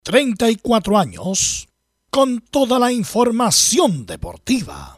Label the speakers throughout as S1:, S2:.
S1: 34 años con toda la información deportiva.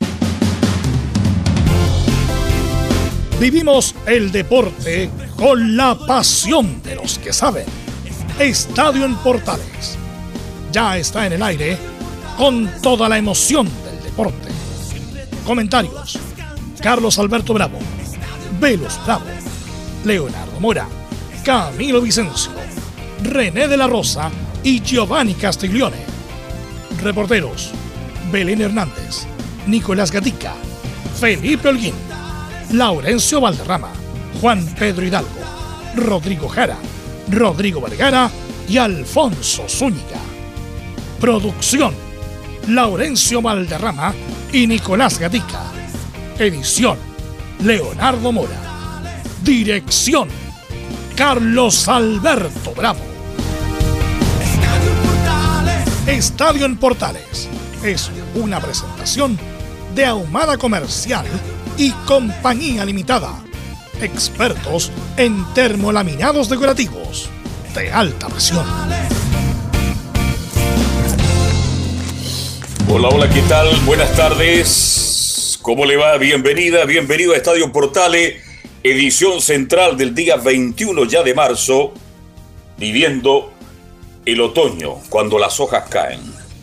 S1: Vivimos el deporte con la pasión de los que saben. Estadio en Portales ya está en el aire con toda la emoción del deporte. Comentarios: Carlos Alberto Bravo, Velus Bravo, Leonardo Mora, Camilo Vicencio, René de la Rosa y Giovanni Castiglione. Reporteros: Belén Hernández, Nicolás Gatica, Felipe Holguín, Laurencio Valderrama, Juan Pedro Hidalgo, Rodrigo Jara, Rodrigo Vergara y Alfonso Zúñiga. Producción: Laurencio Valderrama y Nicolás Gatica. Edición: Leonardo Mora. Dirección: Carlos Alberto Bravo. Estadio en Portales es una presentación de Ahumada Comercial y Compañía Limitada. Expertos en termolaminados decorativos de alta presión.
S2: Hola, hola, ¿qué tal? Buenas tardes. ¿Cómo le va? Bienvenida, bienvenido a Estadio Portales, edición central del día 21 ya de marzo, viviendo el otoño, cuando las hojas caen.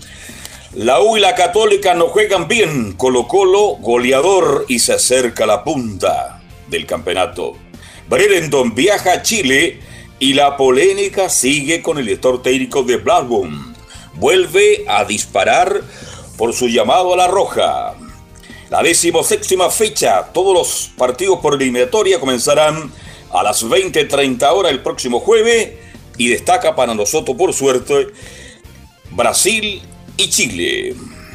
S2: La U y la Católica no juegan bien. Colo-Colo, goleador, y se acerca a la punta del campeonato. Bredendon viaja a Chile y la polémica sigue con el director técnico de Blackburn. Vuelve a disparar por su llamado a la roja. La 16ª fecha, todos los partidos por eliminatoria comenzarán a las 20:30 horas el próximo jueves, y destaca para nosotros, por suerte, Brasil y Chile.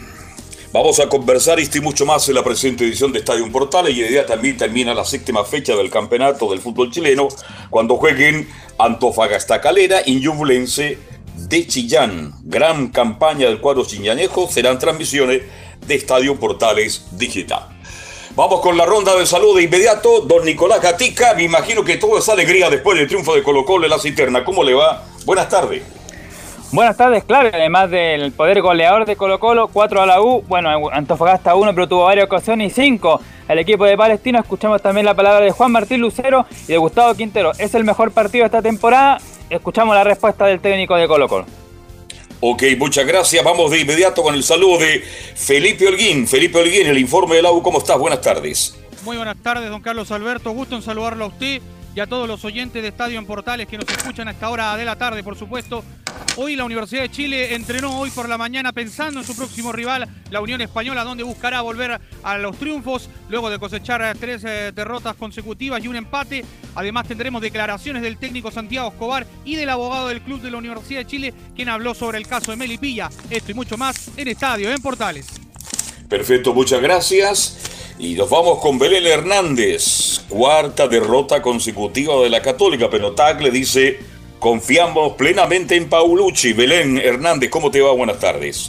S2: Vamos a conversar esto y mucho más en la presente edición de Estadio Portales, y hoy día también termina la 7ª fecha del campeonato del fútbol chileno, cuando jueguen Antofagasta Calera y Ñublense de Chillán. Gran campaña del cuadro chillanejo. Serán transmisiones de Estadio Portales Digital. Vamos con la ronda de salud de inmediato. Don Nicolás Gatica, me imagino que todo es alegría después del triunfo de Colo-Colo en la Cisterna. ¿Cómo le va? Buenas tardes.
S3: Buenas tardes, claro, además del poder goleador de Colo-Colo, 4 a la U, bueno, Antofagasta 1, pero tuvo varias ocasiones, y 5 al equipo de Palestino. Escuchamos también la palabra de Juan Martín Lucero y de Gustavo Quintero. ¿Es el mejor partido de esta temporada? Escuchamos la respuesta del técnico de Colo-Colo.
S2: Ok, muchas gracias. Vamos de inmediato con el saludo de Felipe Holguín. Felipe Holguín, el informe de la U. ¿Cómo estás? Buenas tardes.
S4: Muy buenas tardes, don Carlos Alberto. Gusto en saludarlo a usted y a todos los oyentes de Estadio en Portales que nos escuchan a esta hora de la tarde, por supuesto. Hoy la Universidad de Chile entrenó hoy por la mañana pensando en su próximo rival, la Unión Española, donde buscará volver a los triunfos luego de cosechar 3 derrotas consecutivas y un empate. Además tendremos declaraciones del técnico Santiago Escobar y del abogado del club de la Universidad de Chile, quien habló sobre el caso de Melipilla. Esto y mucho más en Estadio en Portales.
S2: Perfecto, muchas gracias. Y nos vamos con Belén Hernández. 4ª derrota consecutiva de la Católica, pero Tagle dice: confiamos plenamente en Paulucci. Belén Hernández, ¿cómo te va? Buenas tardes.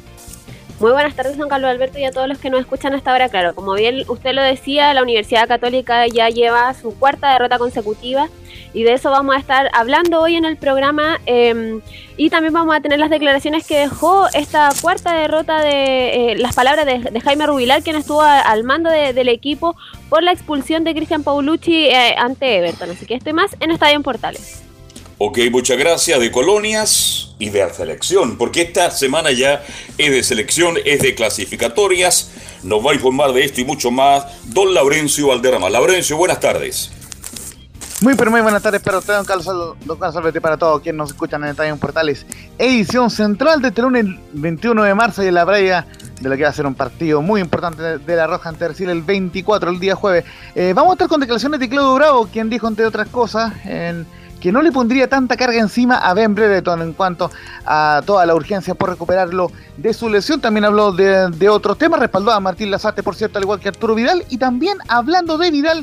S5: Muy buenas tardes, don Carlos Alberto, y a todos los que nos escuchan hasta ahora. Claro, como bien usted lo decía, la Universidad Católica ya lleva su 4ª derrota consecutiva, y de eso vamos a estar hablando hoy en el programa, y también vamos a tener las declaraciones que dejó esta 4ª derrota de las palabras de Jaime Rubilar, quien estuvo al mando del equipo por la expulsión de Cristian Paulucci ante Everton. Así que esto y más en Estadio en Portales.
S2: Ok, muchas gracias. De colonias y de selección, porque esta semana ya es de selección, es de clasificatorias. Nos va a informar de esto y mucho más don Laurencio Valderrama. Laurencio, buenas tardes.
S6: Muy buenas tardes para usted, don Carlos Alberto, y para todos quienes nos escuchan en Estadio Portales. Edición central de este lunes 21 de marzo, y en la previa de lo que va a ser un partido muy importante de la Roja ante Brasil el 24, el día jueves. Vamos a estar con declaraciones de Claudio Bravo, quien dijo, entre otras cosas, que no le pondría tanta carga encima a Ben Brereton en cuanto a toda la urgencia por recuperarlo de su lesión. También habló de otros temas, respaldó a Martín Lazarte, por cierto, al igual que Arturo Vidal, y también, hablando de Vidal,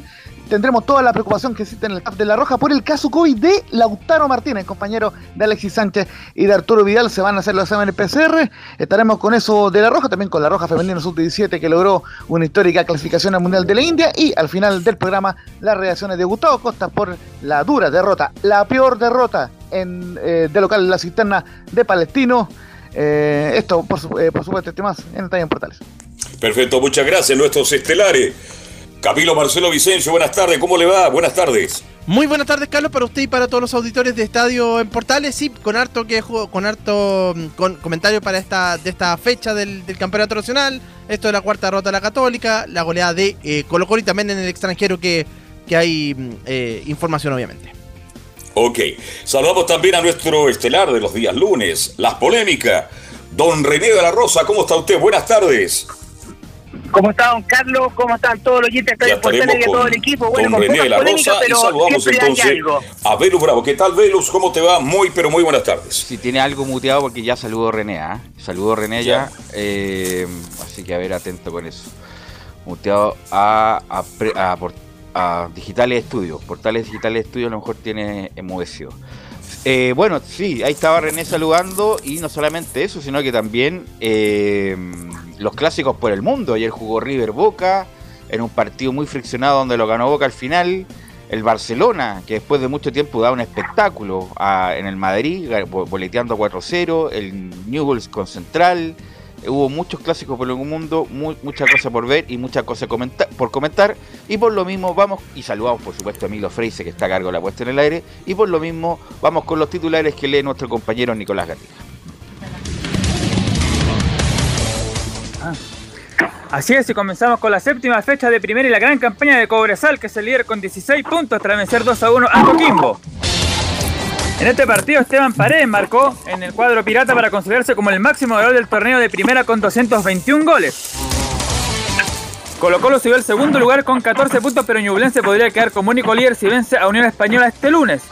S6: tendremos toda la preocupación que existe en el staff de La Roja por el caso COVID de Lautaro Martínez, compañero de Alexis Sánchez y de Arturo Vidal. Se van a hacer los exámenes PCR. Estaremos con eso de La Roja, también con La Roja Femenino Sub-17, que logró una histórica clasificación al Mundial de la India. Y al final del programa, las reacciones de Gustavo Costa por la dura derrota, la peor derrota de local en la cisterna de Palestino. Esto, por supuesto, más en Estadio Portales.
S2: Perfecto, muchas gracias, nuestros estelares. Camilo Marcelo Vicencio, buenas tardes, ¿cómo le va? Buenas tardes.
S7: Muy buenas tardes, Carlos, para usted y para todos los auditores de Estadio en Portales. Sí, con harto comentario para esta fecha del Campeonato Nacional. Esto de la cuarta derrota de la Católica, la goleada de Colo-Colo y también en el extranjero que hay información, obviamente.
S2: Ok, saludamos también a nuestro estelar de los días lunes, las polémicas. Don René de la Rosa, ¿cómo está usted? Buenas tardes.
S8: ¿Cómo está, don Carlos? ¿Cómo están todos los oyentes de Estadio Portales y todo el equipo?
S2: Bueno, con René de la Rosa, y saludamos entonces a Velus Bravo. ¿Qué tal, Velus? ¿Cómo te va? Muy buenas tardes.
S9: Si tiene algo muteado porque ya saludó René, Saludó René ya. Así que a ver, atento con eso. Muteado a Digitales Estudios. Portales Digitales Estudios a lo mejor tiene enmudecido. Bueno, sí, ahí estaba René saludando, y no solamente eso, sino que también los clásicos por el mundo. Ayer jugó River Boca en un partido muy friccionado donde lo ganó Boca al final. El Barcelona, que después de mucho tiempo da un espectáculo en el Madrid, boleteando 4-0, el Newell's con Central. Hubo muchos clásicos por el mundo, mucha cosa por ver y mucha cosa por comentar. Y por lo mismo vamos, y saludamos por supuesto a Emilio Freise, que está a cargo de la puesta en el aire. Y por lo mismo vamos con los titulares que lee nuestro compañero Nicolás Gatica.
S3: Así es, y comenzamos con la séptima fecha de primera y la gran campaña de Cobresal, que es el líder con 16 puntos tras vencer 2-1 a Coquimbo. En este partido Esteban Paredes marcó en el cuadro pirata para consolidarse como el máximo goleador del torneo de primera con 221 goles. Colo-Colo subió al segundo lugar con 14 puntos, pero Ñublense podría quedar como único líder si vence a Unión Española este lunes.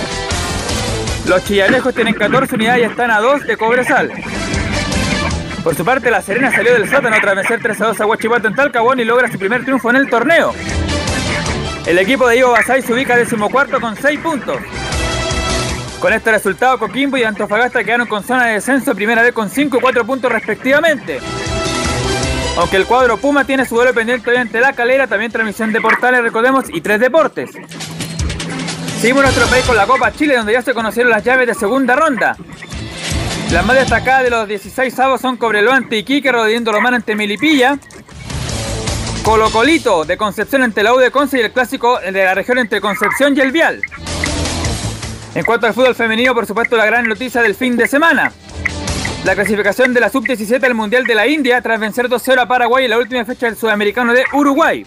S3: Los chillanejos tienen 14 unidades y están a 2 de Cobresal. Por su parte, La Serena salió del sótano tras vencer 3-2 a Huachipato en Talcahuano y logra su primer triunfo en el torneo. El equipo de Ivo Basay se ubica 14º con 6 puntos. Con este resultado, Coquimbo y Antofagasta quedaron con zona de descenso primera vez con 5 y 4 puntos respectivamente. Aunque el cuadro Puma tiene su duelo pendiente hoy ante La Calera, también transmisión de Portales, recordemos, y 3 Deportes. Seguimos nuestro país con la Copa Chile, donde ya se conocieron las llaves de segunda ronda. Las más destacadas de los 16 avos son Cobreloa ante Iquique, Rodrigo Román ante Melipilla, Colo-Colito de Concepción ante la U de Conce y el clásico de la región entre Concepción y El Vial. En cuanto al fútbol femenino, por supuesto, la gran noticia del fin de semana: la clasificación de la Sub-17 al Mundial de la India tras vencer 2-0 a Paraguay en la última fecha del Sudamericano de Uruguay.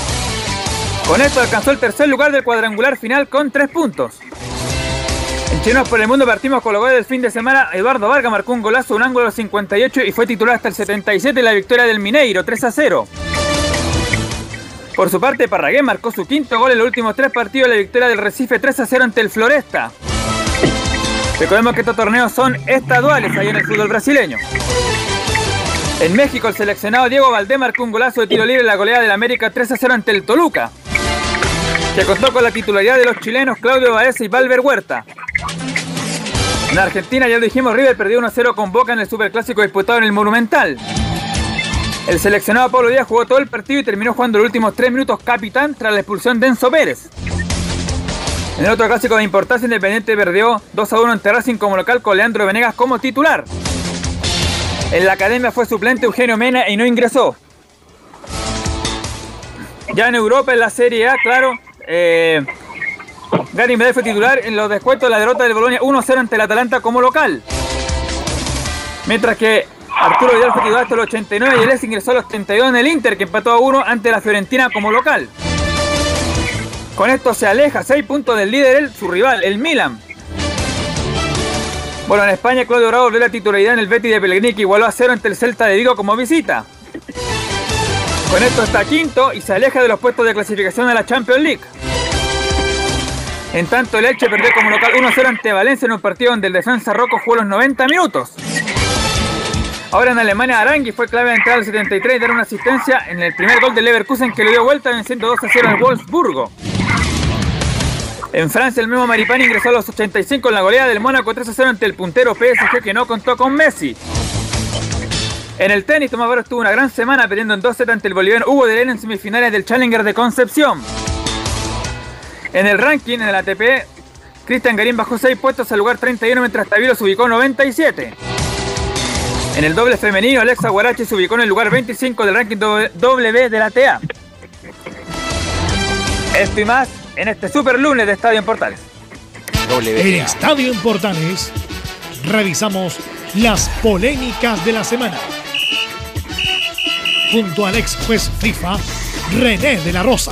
S3: Con esto alcanzó el tercer lugar del cuadrangular final con 3 puntos. En Chinos por el Mundo partimos con los goles del fin de semana. Eduardo Vargas marcó un golazo, un ángulo 58 y fue titular hasta el 77 en la victoria del Mineiro, 3-0. Por su parte, Parragués marcó su quinto gol en los últimos 3 partidos de la victoria del Recife 3-0 ante el Floresta. Recordemos que estos torneos son estaduales ahí en el fútbol brasileño. En México, el seleccionado Diego Valdés marcó un golazo de tiro libre en la goleada del América 3-0 ante el Toluca, que contó con la titularidad de los chilenos Claudio Baeza y Valver Huerta. En Argentina, ya lo dijimos, River perdió 1-0 con Boca en el Superclásico disputado en el Monumental. El seleccionado Pablo Díaz jugó todo el partido y terminó jugando los últimos 3 minutos capitán tras la expulsión de Enzo Pérez. En el otro clásico de importancia, Independiente perdió 2-1 ante Racing como local con Leandro Venegas como titular. En la academia fue suplente Eugenio Mena y no ingresó. Ya en Europa, en la Serie A, claro, Gary Medel fue titular en los descuentos de la derrota del Bolonia 1-0 ante el Atalanta como local. Mientras que Arturo Vidal fue titular hasta el 89 y el ingresó a los 32 en el Inter, que empató a 1 ante la Fiorentina como local. Con esto se aleja 6 puntos del líder, su rival, el Milan. Bueno, en España, Claudio Bravo volvió la titularidad en el Betis de Pellegrini, que igualó a 0 ante el Celta de Vigo como visita. Con esto está quinto y se aleja de los puestos de clasificación a la Champions League. En tanto, el Elche perdió como local 1-0 ante Valencia en un partido donde el defensa Rocco jugó los 90 minutos. Ahora en Alemania, Arangui fue clave de entrar al 73 y dar una asistencia en el primer gol del Leverkusen, que le dio vuelta venciendo 2-0 al Wolfsburgo. En Francia, el mismo Maripán ingresó a los 85 en la goleada del Mónaco 3-0 ante el puntero PSG, que no contó con Messi. En el tenis, Tomás Barros tuvo una gran semana perdiendo en 2-7 ante el boliviano Hugo de Lena en semifinales del Challenger de Concepción. En el ranking, en el ATP, Cristian Garín bajó 6 puestos al lugar 31, mientras Tavilo se ubicó 97. En el doble femenino, Alexa Guarachi se ubicó en el lugar 25 del ranking W de la TA. Esto y más en este super lunes de Estadio en Portales.
S1: En Estadio en Portales revisamos las polémicas de la semana junto al ex juez FIFA René de la Rosa.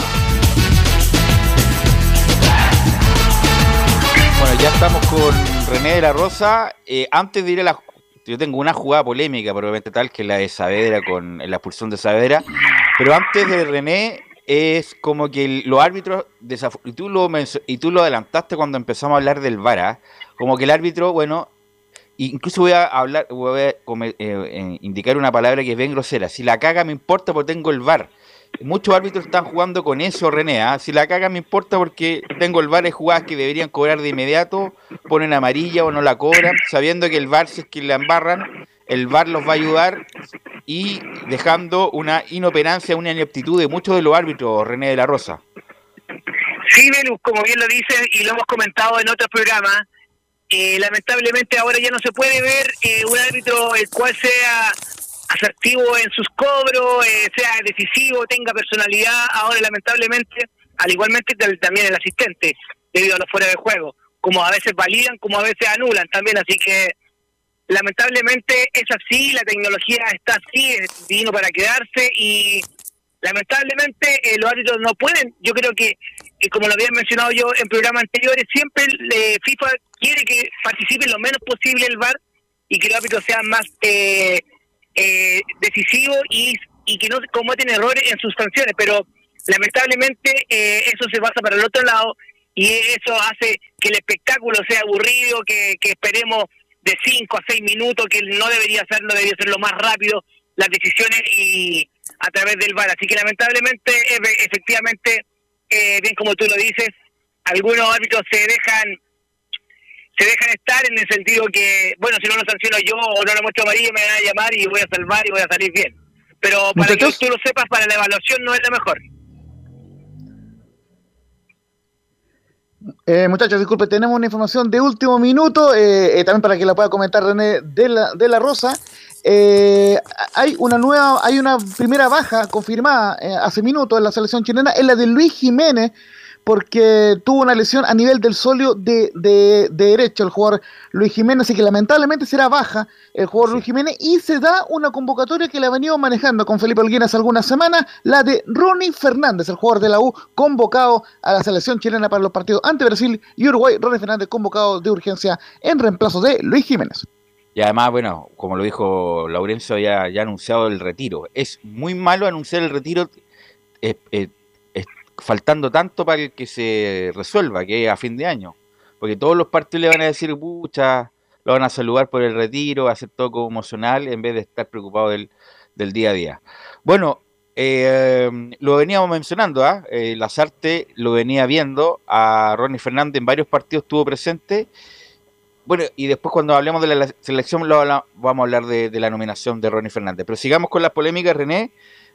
S9: Bueno, ya estamos con René de la Rosa. Antes de ir a la... Yo tengo una jugada polémica, probablemente tal, que la de Saavedra con la expulsión de Saavedra. Pero antes de René, es como que los árbitros, y tú lo adelantaste cuando empezamos a hablar del VAR, ¿eh? Como que el árbitro, bueno, incluso voy a indicar una palabra que es bien grosera. Si la caga me importa porque tengo el VAR. Muchos árbitros están jugando con eso, René, ¿eh? Si la caga me importa porque tengo el VAR, es jugadas que deberían cobrar de inmediato, ponen amarilla o no la cobran, sabiendo que el VAR, si es que la embarran, el VAR los va a ayudar y dejando una inoperancia, una ineptitud de muchos de los árbitros, René de la Rosa.
S8: Sí, Velus, como bien lo dices y lo hemos comentado en otros programas, lamentablemente ahora ya no se puede ver un árbitro el cual sea asertivo en sus cobros, sea decisivo, tenga personalidad. Ahora lamentablemente, al igualmente también el asistente, debido a los fuera de juego, como a veces validan, como a veces anulan también, así que lamentablemente es así, la tecnología está así, vino para quedarse y lamentablemente los árbitros no pueden. Yo creo que como lo había mencionado yo en programas anteriores, siempre FIFA quiere que participe lo menos posible el VAR y que los árbitros sean más decisivos y que no cometen errores en sus sanciones, pero lamentablemente eso se pasa para el otro lado y eso hace que el espectáculo sea aburrido, que esperemos de 5 a 6 minutos, que no debería ser lo más rápido las decisiones y a través del VAR. Así que lamentablemente, efectivamente, bien como tú lo dices, algunos árbitros se dejan estar en el sentido que, bueno, si no lo sanciono yo o no lo muestro amarillo, me van a llamar y voy a salvar y voy a salir bien. Pero para que tú lo sepas, para la evaluación no es la mejor.
S6: Muchachos, disculpe, tenemos una información de último minuto, también para que la pueda comentar René de la Rosa. Hay una primera baja confirmada hace minutos en la selección chilena, es la de Luis Jiménez, porque tuvo una lesión a nivel del sóleo de derecho el jugador Luis Jiménez, así que lamentablemente será baja el jugador Luis Jiménez, y se da una convocatoria que la ha venido manejando con Felipe Holguín hace algunas semanas, la de Ronnie Fernández, el jugador de la U, convocado a la selección chilena para los partidos ante Brasil y Uruguay. Ronnie Fernández convocado de urgencia en reemplazo de Luis Jiménez.
S9: Y además, bueno, como lo dijo Laurencio, ya ha anunciado el retiro. Es muy malo anunciar el retiro faltando tanto para que se resuelva, que es a fin de año. Porque todos los partidos le van a decir, pucha, lo van a saludar por el retiro, va a ser todo como emocional, en vez de estar preocupado del día a día. Bueno, lo veníamos mencionando, Lazarte lo venía viendo, a Ronnie Fernández en varios partidos estuvo presente. Bueno, y después cuando hablemos de la selección vamos a hablar de la nominación de Ronnie Fernández. Pero sigamos con las polémicas, René.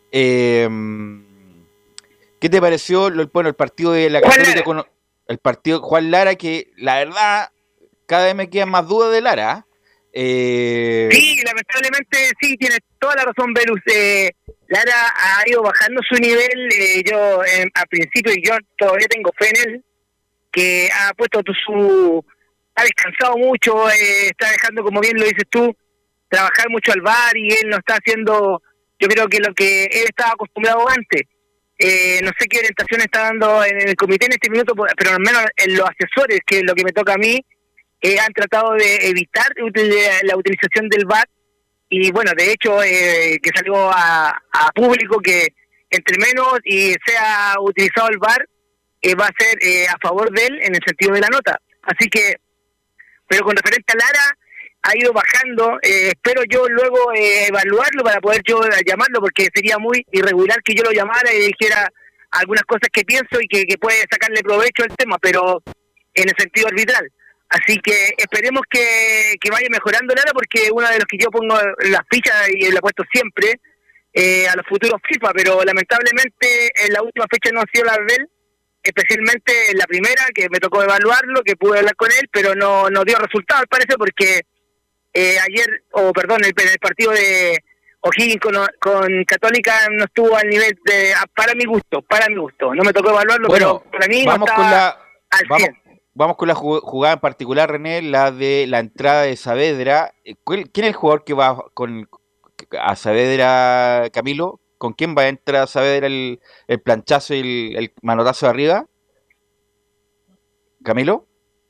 S9: ¿Qué te pareció el partido de la Católica con el partido Juan Lara? Que la verdad, cada vez me quedan más dudas de Lara.
S8: Sí, lamentablemente sí, tienes toda la razón, Velus. Lara ha ido bajando su nivel. Yo al principio yo todavía tengo fe en él, que ha puesto ha descansado mucho, está dejando, como bien lo dices tú, trabajar mucho al VAR, y él no está haciendo, yo creo que lo que él estaba acostumbrado antes. No sé qué orientación está dando en el comité en este minuto, pero al menos en los asesores, que es lo que me toca a mí, han tratado de evitar la utilización del VAR. Y bueno, de hecho, que salió a público que entre menos y sea utilizado el VAR, va a ser a favor de él en el sentido de la nota. Así que, pero con referente a Lara, ha ido bajando. Espero yo luego evaluarlo para poder yo llamarlo, porque sería muy irregular que yo lo llamara y dijera algunas cosas que pienso y que puede sacarle provecho al tema, pero en el sentido arbitral. Así que esperemos que vaya mejorando Lara, porque uno de los que yo pongo las fichas y lo he puesto siempre a los futuros FIFA, pero lamentablemente en la última fecha no ha sido la de él, especialmente en la primera, que me tocó evaluarlo, que pude hablar con él, pero no dio resultado al parecer, porque el partido de O'Higgins con Católica no estuvo al nivel para mi gusto, no me tocó evaluarlo,
S9: bueno,
S8: pero para mí
S9: vamos
S8: no
S9: con
S8: estaba al 100.
S9: Vamos con la jugada en particular, René, la de la entrada de Saavedra. ¿Quién es el jugador que va a Saavedra, Camilo? ¿Con quién va a entrar Saavedra el planchazo y el manotazo de arriba? ¿Camilo?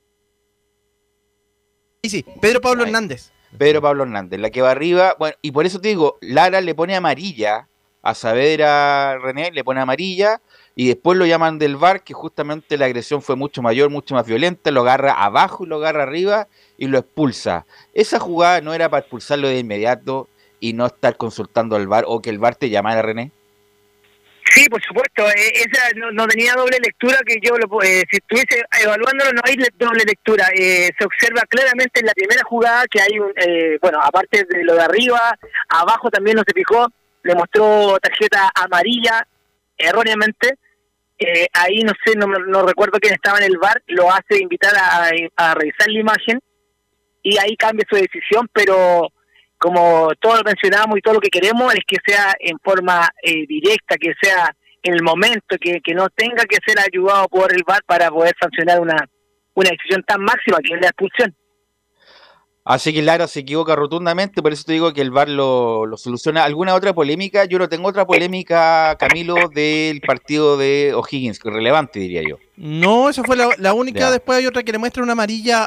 S7: Sí, Pedro Pablo Hernández.
S9: Pedro Pablo Hernández, la que va arriba. Bueno, y por eso te digo, Lara le pone amarilla a Saavedra, René, le pone amarilla, y después lo llaman del VAR, que justamente la agresión fue mucho mayor, mucho más violenta, lo agarra abajo y lo agarra arriba y lo expulsa. Esa jugada no era para expulsarlo de inmediato y no estar consultando al VAR, o que el VAR te llamara, René.
S8: Sí, por supuesto, esa no tenía doble lectura, que yo si estuviese evaluándolo no hay doble lectura. Se observa claramente en la primera jugada que hay aparte de lo de arriba, abajo también no se fijó, le mostró tarjeta amarilla erróneamente. Ahí no recuerdo quién estaba en el VAR, lo hace invitar a revisar la imagen y ahí cambia su decisión, pero como todo lo mencionábamos y todo lo que queremos es que sea en forma directa, que sea en el momento, que no tenga que ser ayudado por el VAR para poder sancionar una decisión tan máxima que es la expulsión.
S9: Así que Lara se equivoca rotundamente, por eso te digo que el VAR lo soluciona. ¿Alguna otra polémica? Yo no tengo otra polémica, Camilo, del partido de O'Higgins, relevante diría yo.
S7: No, esa fue la única. Ya. Después hay otra que le muestra una amarilla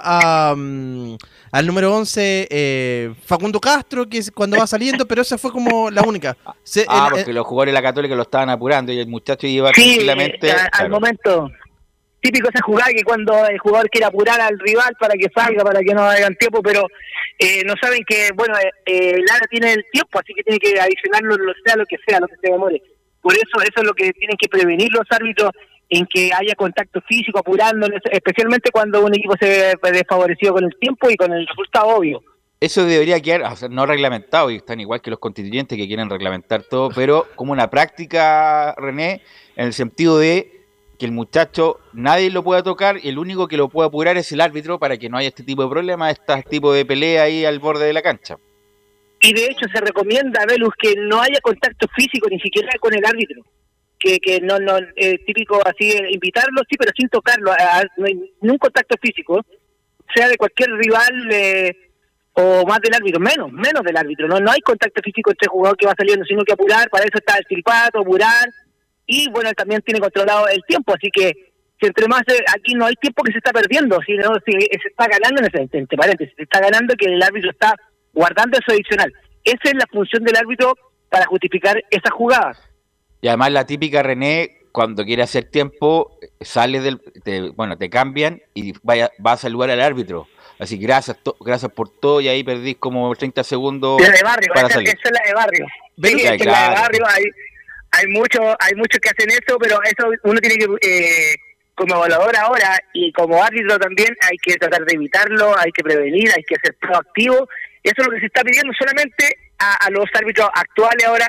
S7: al número 11, Facundo Castro, que es cuando va saliendo, pero esa fue como la única.
S9: Porque los jugadores de la Católica lo estaban apurando y el muchacho iba tranquilamente.
S8: Al momento. Típico esa jugada que cuando el jugador quiere apurar al rival para que salga, para que no hagan tiempo, pero no saben que, Lara tiene el tiempo, así que tiene que adicionarlo, sea lo que se demore. Por eso es lo que tienen que prevenir los árbitros, en que haya contacto físico, apurando, especialmente cuando un equipo se ve desfavorecido con el tiempo y con el resultado obvio.
S9: Eso debería quedar, no reglamentado, y están igual que los constituyentes que quieren reglamentar todo, pero como una práctica, René, en el sentido de que el muchacho nadie lo pueda tocar y el único que lo puede apurar es el árbitro, para que no haya este tipo de problemas, este tipo de pelea ahí al borde de la cancha.
S8: Y de hecho se recomienda, Velus, que no haya contacto físico ni siquiera con el árbitro, que no típico así, invitarlo sí, pero sin tocarlo, no hay ningún contacto físico, sea de cualquier rival o más del árbitro, menos del árbitro, no hay contacto físico entre el jugador que va saliendo, sino que apurar, para eso está el silbato, apurar. Y bueno, él también tiene controlado el tiempo, así que si entre más aquí no hay tiempo que se está perdiendo, sino si se está ganando, entre paréntesis, se está ganando que el árbitro está guardando eso adicional. Esa es la función del árbitro para justificar esas jugadas.
S9: Y además la típica, René, cuando quiere hacer tiempo, sale te cambian y va a saludar al árbitro. Así que gracias por todo, y ahí perdís como 30 segundos
S8: la de barrio,
S9: para
S8: esa
S9: salir.
S8: es la de barrio.
S9: Sí,
S8: la de barrio, hay muchos que hacen eso, pero eso uno tiene que, como evaluador ahora y como árbitro también, hay que tratar de evitarlo, hay que prevenir, hay que ser proactivo. Eso es lo que se está pidiendo solamente a los árbitros actuales ahora,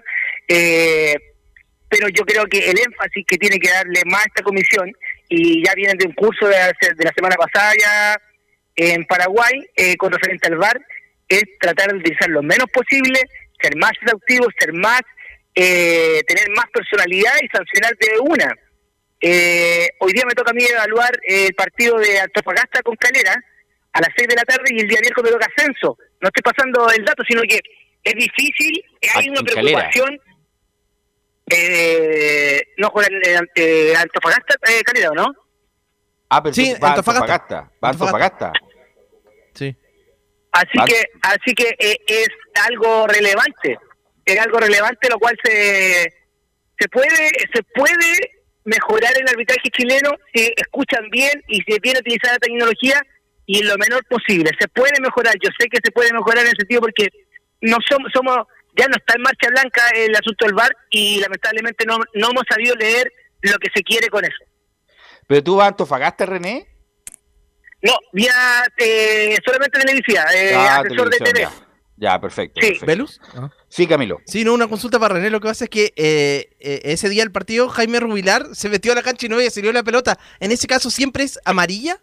S8: pero yo creo que el énfasis que tiene que darle más a esta comisión, y ya vienen de un curso de la semana pasada ya en Paraguay, con referente al VAR, es tratar de utilizar lo menos posible, ser más exhaustivo, ser más tener más personalidad y sancionar de una. Hoy día me toca a mí evaluar el partido de Antofagasta con Calera a las 6 de la tarde, y el día miércoles me toca Ascenso. No estoy pasando el dato, sino que es difícil, hay una preocupación. No juega Antofagasta, Calera, ¿no?
S9: Pero sí, Antofagasta.
S7: Sí.
S8: Así que es algo relevante. Es algo relevante, lo cual se puede mejorar el arbitraje chileno si escuchan bien y si viene utilizada la tecnología, y lo menor posible. Se puede mejorar, yo sé que se puede mejorar en ese sentido porque no somos ya no está en marcha blanca el asunto del VAR y lamentablemente no hemos sabido leer lo que se quiere con eso.
S9: ¿Pero tú vas a Antofagasta, René?
S8: No, vía solamente televisiva, asesor de TV.
S9: Ya, perfecto.
S8: Sí.
S9: Perfecto.
S7: ¿Velus?
S9: Sí, Camilo.
S7: Sí, no, una consulta para René. Lo que pasa es que ese día del partido, Jaime Rubilar se metió a la cancha y no había salido la pelota. ¿En ese caso siempre es amarilla?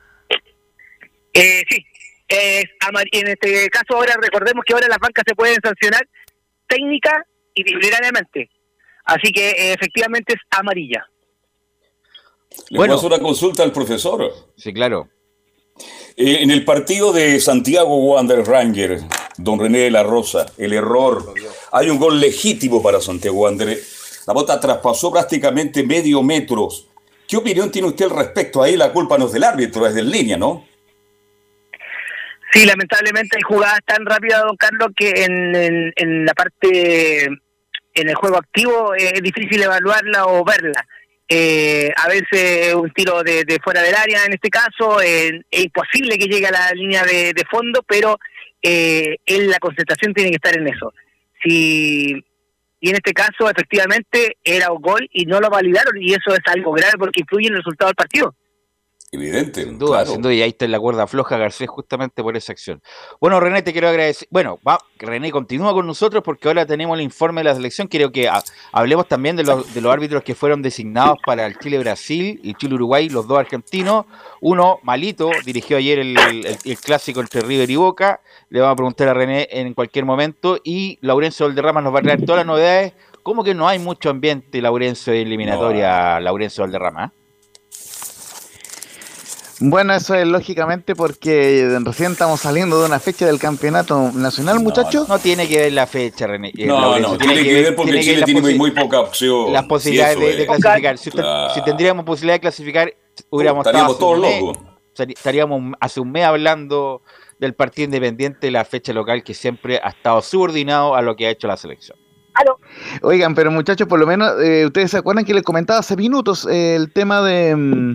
S8: Sí. En este caso ahora recordemos que ahora las bancas se pueden sancionar técnica y disciplinariamente. Así que efectivamente es amarilla.
S2: ¿Le puedo hacer una consulta al profesor?
S9: Sí, claro.
S2: En el partido de Santiago Wanderers Rangers, don René de la Rosa, el error, hay un gol legítimo para Santiago Wanderers. La bota traspasó prácticamente medio metro. ¿Qué opinión tiene usted al respecto? Ahí la culpa no es del árbitro, es del línea, ¿no?
S8: Sí, lamentablemente hay jugadas tan rápidas, don Carlos, que en la parte, en el juego activo es difícil evaluarla o verla. A veces un tiro de fuera del área, en este caso, es imposible que llegue a la línea de fondo, pero la concentración tiene que estar en eso. Y en este caso, efectivamente, era un gol y no lo validaron, y eso es algo grave porque influye en el resultado del partido.
S2: Evidente.
S9: Sin duda, claro. Sin duda, y ahí está en la cuerda floja Garcés justamente por esa acción. Bueno, René, te quiero agradecer. Bueno, René continúa con nosotros porque ahora tenemos el informe de la selección. Quiero que hablemos también de los árbitros que fueron designados para el Chile-Brasil y Chile-Uruguay, los dos argentinos. Uno, Malito, dirigió ayer el clásico entre River y Boca. Le vamos a preguntar a René en cualquier momento. Y Laurencio Valderrama nos va a traer todas las novedades. ¿Cómo que no hay mucho ambiente, Laurencio, de eliminatoria, Laurencio Valderrama?
S6: Bueno, eso es lógicamente porque recién estamos saliendo de una fecha del campeonato nacional, muchachos.
S9: No tiene que ver la fecha, René.
S2: No, tiene que ver porque Chile tiene muy poca opción.
S9: Las posibilidades de clasificar. Si tendríamos posibilidad de clasificar,
S2: estaríamos todos locos.
S9: Estaríamos hace un mes hablando del partido independiente, la fecha local que siempre ha estado subordinado a lo que ha hecho la selección.
S8: ¿Aló?
S6: Oigan, pero muchachos, por lo menos, ustedes se acuerdan que les comentaba hace minutos el tema del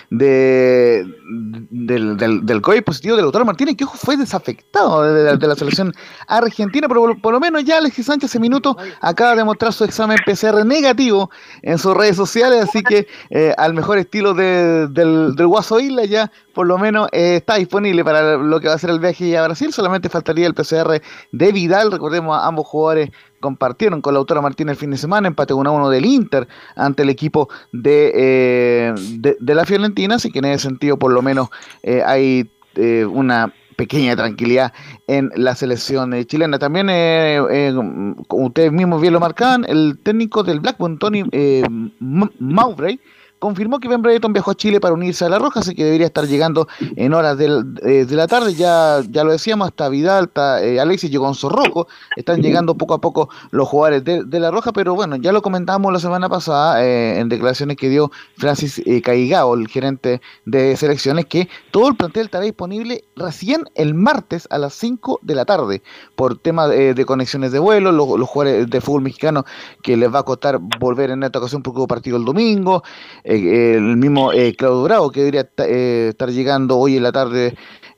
S6: COVID positivo de Lautaro Martínez, que ojo, fue desafectado de la selección argentina, pero por lo menos ya Alexis Sánchez hace minutos acaba de mostrar su examen PCR negativo en sus redes sociales, así que al mejor estilo del Guaso Isla ya por lo menos está disponible para lo que va a ser el viaje a Brasil. Solamente faltaría el PCR de Vidal. Recordemos, ambos jugadores compartieron con Lautaro Martínez el fin de semana, empate 1-1 del Inter ante el equipo de la Fiorentina, así que en ese sentido por lo menos hay una pequeña tranquilidad en la selección chilena. También, como ustedes mismos bien lo marcaban, el técnico del Blackburn, Tony Mowbray, confirmó que Ben Brereton viajó a Chile para unirse a La Roja, así que debería estar llegando en horas de la tarde. Ya lo decíamos, hasta Vidal, hasta Alexis llegó en Zorroco, están llegando poco a poco los jugadores de La Roja, pero bueno, ya lo comentábamos la semana pasada en declaraciones que dio Francis Caigao, el gerente de selecciones, que todo el plantel estará disponible recién el martes a las 5 de la tarde, por tema de conexiones de vuelo, los jugadores de fútbol mexicano que les va a costar volver en esta ocasión porque hubo partido el domingo. El mismo Claudio Bravo, que debería estar llegando hoy en la tarde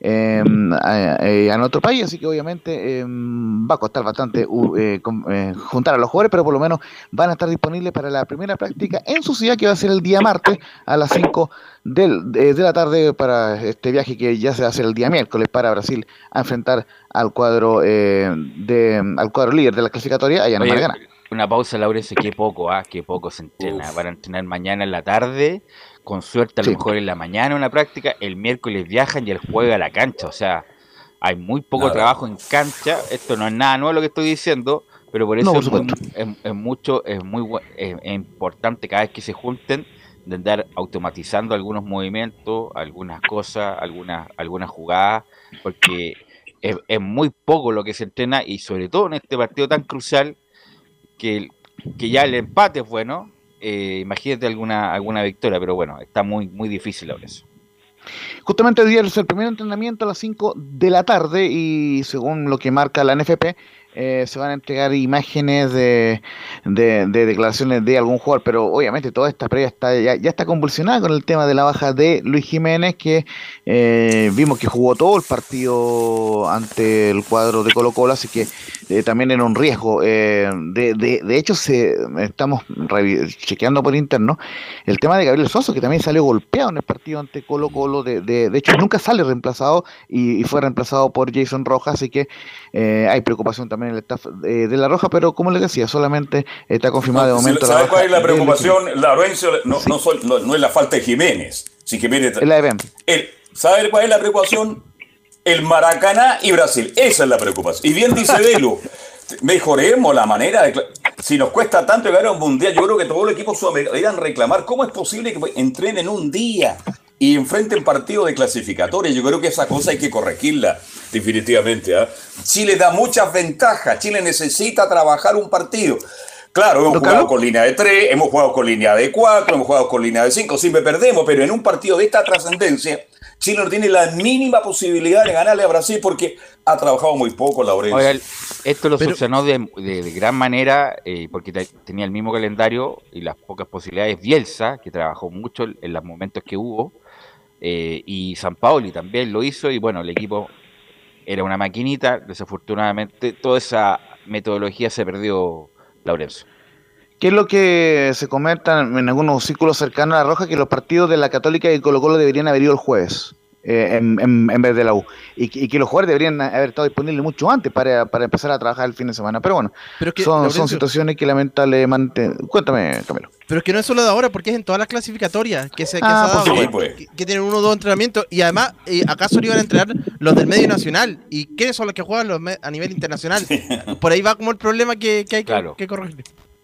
S6: a nuestro país, así que obviamente va a costar bastante juntar a los jugadores, pero por lo menos van a estar disponibles para la primera práctica en su ciudad, que va a ser el día martes a las 5 de la tarde, para este viaje que ya se va a hacer el día miércoles para Brasil a enfrentar al cuadro líder de la clasificatoria allá en Maracaná.
S9: Una pausa, Laurencio, qué poco se entrena. Van a entrenar mañana en la tarde, con suerte a lo mejor en la mañana una práctica, el miércoles viajan y el jueves a la cancha. O sea, hay muy poco trabajo en cancha. Esto no es nada nuevo lo que estoy diciendo, pero por eso es importante cada vez que se junten de andar automatizando algunos movimientos, algunas cosas, algunas jugadas, porque es muy poco lo que se entrena, y sobre todo en este partido tan crucial, que ya el empate es bueno. Imagínate alguna victoria, pero bueno, está muy difícil ahora eso.
S6: Justamente hoy día es el primer entrenamiento a las 5 de la tarde y según lo que marca la NFP, se van a entregar imágenes de declaraciones de algún jugador, pero obviamente toda esta previa ya está convulsionada con el tema de la baja de Luis Jiménez, que vimos que jugó todo el partido ante el cuadro de Colo-Colo, así que también era un riesgo. De hecho, estamos chequeando por interno el tema de Gabriel Suazo, que también salió golpeado en el partido ante Colo-Colo. De hecho, nunca sale reemplazado y fue reemplazado por Jason Rojas, así que hay preocupación también en el staff de La Roja, pero como les decía, solamente está confirmado de momento.
S2: ¿Sabes cuál es la preocupación, Laurencio? No es la falta de Jiménez. Si Jiménez,
S6: es la de Ben.
S2: ¿Sabes cuál es la preocupación? El Maracaná y Brasil. Esa es la preocupación. Y bien dice Delu, mejoremos la manera de... Si nos cuesta tanto llegar a un mundial, yo creo que todos los equipos deberían reclamar cómo es posible que entrenen un día y enfrenten partidos de clasificatoria. Yo creo que esa cosa hay que corregirla definitivamente. Chile da muchas ventajas. Chile necesita trabajar un partido. Claro, hemos jugado con línea de 3, hemos jugado con línea de 4, hemos jugado con línea de 5, siempre perdemos, pero en un partido de esta trascendencia, Chile no tiene la mínima posibilidad de ganarle a Brasil porque ha trabajado muy poco, Laurencio.
S9: Oiga, esto lo solucionó de gran manera, porque tenía el mismo calendario y las pocas posibilidades. Bielsa, que trabajó mucho en los momentos que hubo, y Sampaoli también lo hizo, y bueno, el equipo era una maquinita. Desafortunadamente toda esa metodología se perdió, Laurencio.
S6: ¿Qué es lo que se comenta en algunos círculos cercanos a La Roja? Que los partidos de la Católica y Colo-Colo deberían haber ido el jueves en vez de la U, y que los jugadores deberían haber estado disponibles mucho antes para empezar a trabajar el fin de semana, pero bueno, son situaciones que lamentablemente... Cuéntame, Camilo.
S7: Pero es que no es solo de ahora, porque es en todas las clasificatorias que se ha dado, que tienen 1 o 2 entrenamientos, y además, ¿acaso iban a entrenar los del medio nacional? ¿Y quiénes son los que juegan a nivel internacional? Por ahí va como el problema que hay que corregir.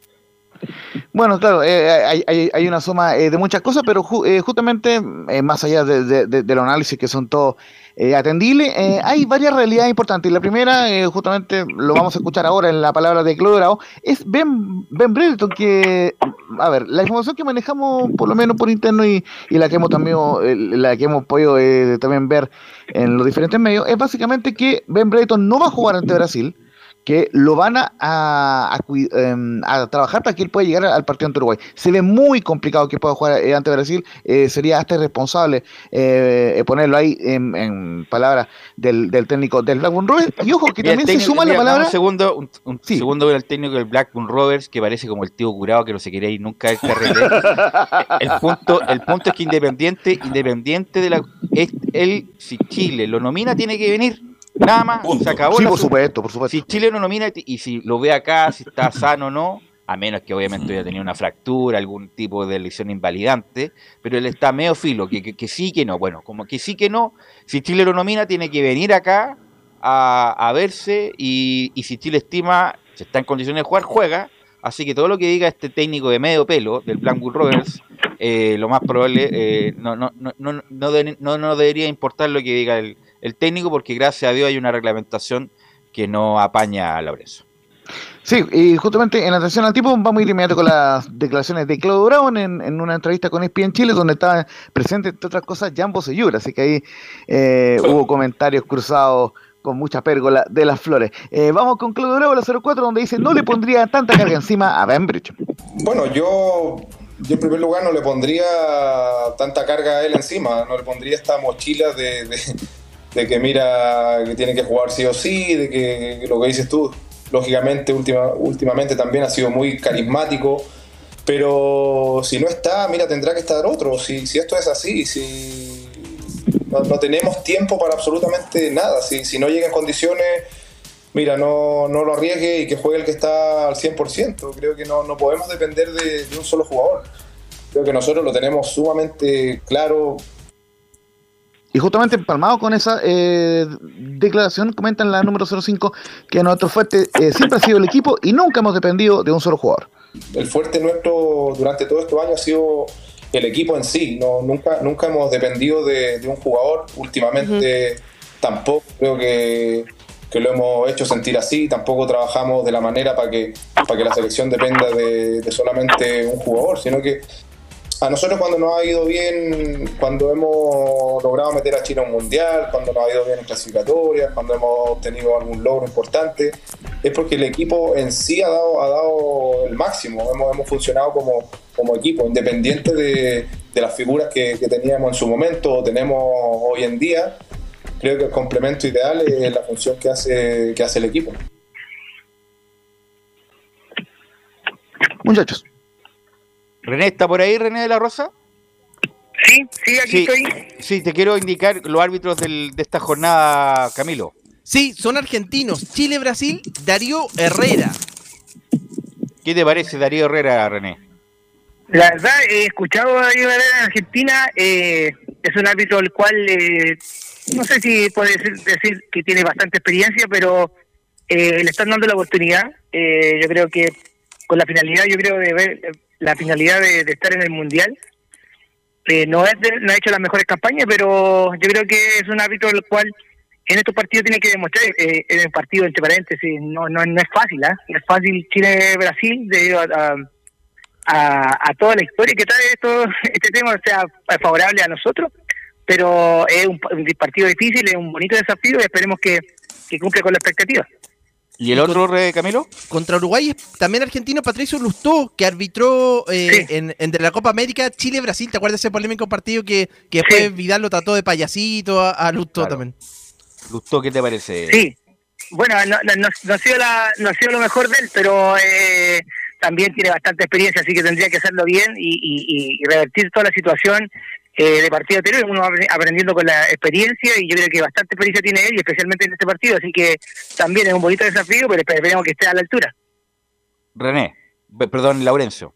S6: Bueno, claro, hay una suma de muchas cosas, pero justamente, más allá de los análisis que son todos atendibles, hay varias realidades importantes. Y la primera, justamente lo vamos a escuchar ahora en la palabra de Claudio Bravo, es Ben Brereton, que, a ver, la información que manejamos, por lo menos por interno, y la que hemos también, la que hemos podido también ver en los diferentes medios, es básicamente que Ben Brereton no va a jugar ante Brasil, que lo van a trabajar para que él pueda llegar al partido ante Uruguay. Se ve muy complicado que pueda jugar ante Brasil. Sería hasta irresponsable ponerlo ahí en palabras del técnico del Blackburn Rovers. Y ojo, que también se suma la palabra...
S9: Un segundo del técnico del Blackburn Rovers, que parece como el tío curado que no se quería ir nunca del carrete. el punto es que independiente de la... si Chile lo nomina, tiene que venir. Nada más, se acabó.
S6: Sí, por supuesto.
S9: Si Chile no nomina y si lo ve acá, si está sano o no, a menos que obviamente haya tenido una fractura, algún tipo de lesión invalidante, pero él está medio filo, que sí, que no. Bueno, como que sí, que no. Si Chile lo nomina, tiene que venir acá a verse, y si Chile estima, si está en condiciones de jugar, juega. Así que todo lo que diga este técnico de medio pelo del Blackburn Rovers, lo más probable, no debería importar lo que diga el técnico, porque gracias a Dios hay una reglamentación que no apaña a Laurencio.
S6: Sí, y justamente en atención al tipo vamos a ir inmediato con las declaraciones de Claudio Bravo en una entrevista con ESPN Chile, donde estaba presente, entre otras cosas, Jan Bosellura, así que ahí hubo comentarios cruzados con mucha pérgola de las flores. Vamos con Claudio Bravo, la 04, donde dice: no le pondría tanta carga encima a Ben Brereton.
S10: Bueno, yo en primer lugar no le pondría tanta carga a él encima, no le pondría esta mochila de que mira, que tiene que jugar sí o sí, de que lo que dices tú, lógicamente últimamente también ha sido muy carismático, pero si no está, mira, tendrá que estar otro. Si esto es así, si no tenemos tiempo para absolutamente nada, si no llega en condiciones, mira, no lo arriesgue y que juegue el que está al 100%. Creo que no podemos depender de un solo jugador. Creo que nosotros lo tenemos sumamente claro.
S6: Y justamente empalmado con esa declaración, comentan la número 05 que nuestro fuerte siempre ha sido el equipo y nunca hemos dependido de un solo jugador.
S10: El fuerte nuestro durante todos estos años ha sido el equipo en sí. Nunca hemos dependido de un jugador. Últimamente tampoco creo que lo hemos hecho sentir así. Tampoco trabajamos de la manera para que la selección dependa de solamente un jugador, sino que a nosotros, cuando nos ha ido bien, cuando hemos logrado meter a Chile a un mundial, cuando nos ha ido bien en clasificatorias, cuando hemos obtenido algún logro importante, es porque el equipo en sí ha dado el máximo. Hemos funcionado como equipo, independiente de las figuras que teníamos en su momento o tenemos hoy en día. Creo que el complemento ideal es la función que hace el equipo.
S6: Muchachos.
S9: ¿René está por ahí, René de la Rosa?
S8: Sí, aquí estoy.
S9: Sí, te quiero indicar los árbitros de esta jornada, Camilo.
S7: Sí, son argentinos. Chile-Brasil, Darío Herrera.
S9: ¿Qué te parece Darío Herrera, René?
S8: La verdad, he escuchado a Darío Herrera en Argentina. Es un árbitro el cual, no sé si puede decir que tiene bastante experiencia, pero le están dando la oportunidad. Yo creo que con la finalidad, de ver la finalidad de estar en el Mundial. No ha hecho las mejores campañas, pero yo creo que es un árbitro el cual en estos partidos tiene que demostrar, en el partido entre paréntesis, no es fácil, no es fácil Chile-Brasil debido a toda la historia que trae este tema, sea favorable a nosotros, pero es un partido difícil, es un bonito desafío y esperemos que cumpla con la expectativa.
S9: ¿Y el otro, Camilo?
S7: Contra Uruguay, también argentino, Patricio Lustó, que arbitró en la Copa América Chile-Brasil. ¿Te acuerdas de ese polémico partido que después Vidal lo trató de payasito a Lustó también?
S9: Lustó, ¿qué te parece?
S8: Sí, bueno, no ha sido lo mejor de él, pero también tiene bastante experiencia, así que tendría que hacerlo bien y revertir toda la situación de partido anterior. Uno va aprendiendo con la experiencia y yo creo que bastante experiencia tiene él, y especialmente en este partido, así que también es un bonito desafío, pero esperemos que esté a la altura.
S9: Laurencio.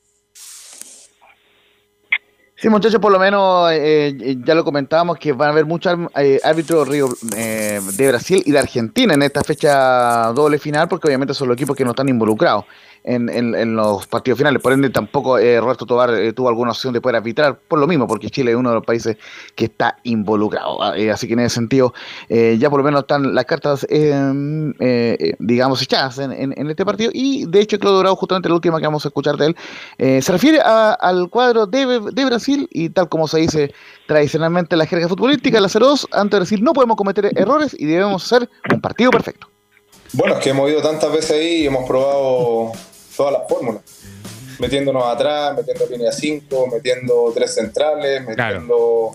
S6: Sí, muchachos, por lo menos ya lo comentábamos que van a haber muchos árbitros de Brasil y de Argentina en esta fecha doble final, porque obviamente son los equipos que no están involucrados en los partidos finales. Por ende, tampoco Roberto Tobar tuvo alguna opción de poder arbitrar, por lo mismo, porque Chile es uno de los países que está involucrado. Así que en ese sentido, ya por lo menos están las cartas, digamos, echadas en este partido. Y de hecho, Claudio Bravo, justamente la última que vamos a escuchar de él, se refiere al cuadro de Brasil, y tal como se dice tradicionalmente en la jerga futbolística, la 0-2, antes de decir no podemos cometer errores y debemos hacer un partido perfecto.
S10: Bueno, es que hemos ido tantas veces ahí y hemos probado todas las fórmulas, metiéndonos atrás, metiendo línea 5, metiendo 3 centrales, metiendo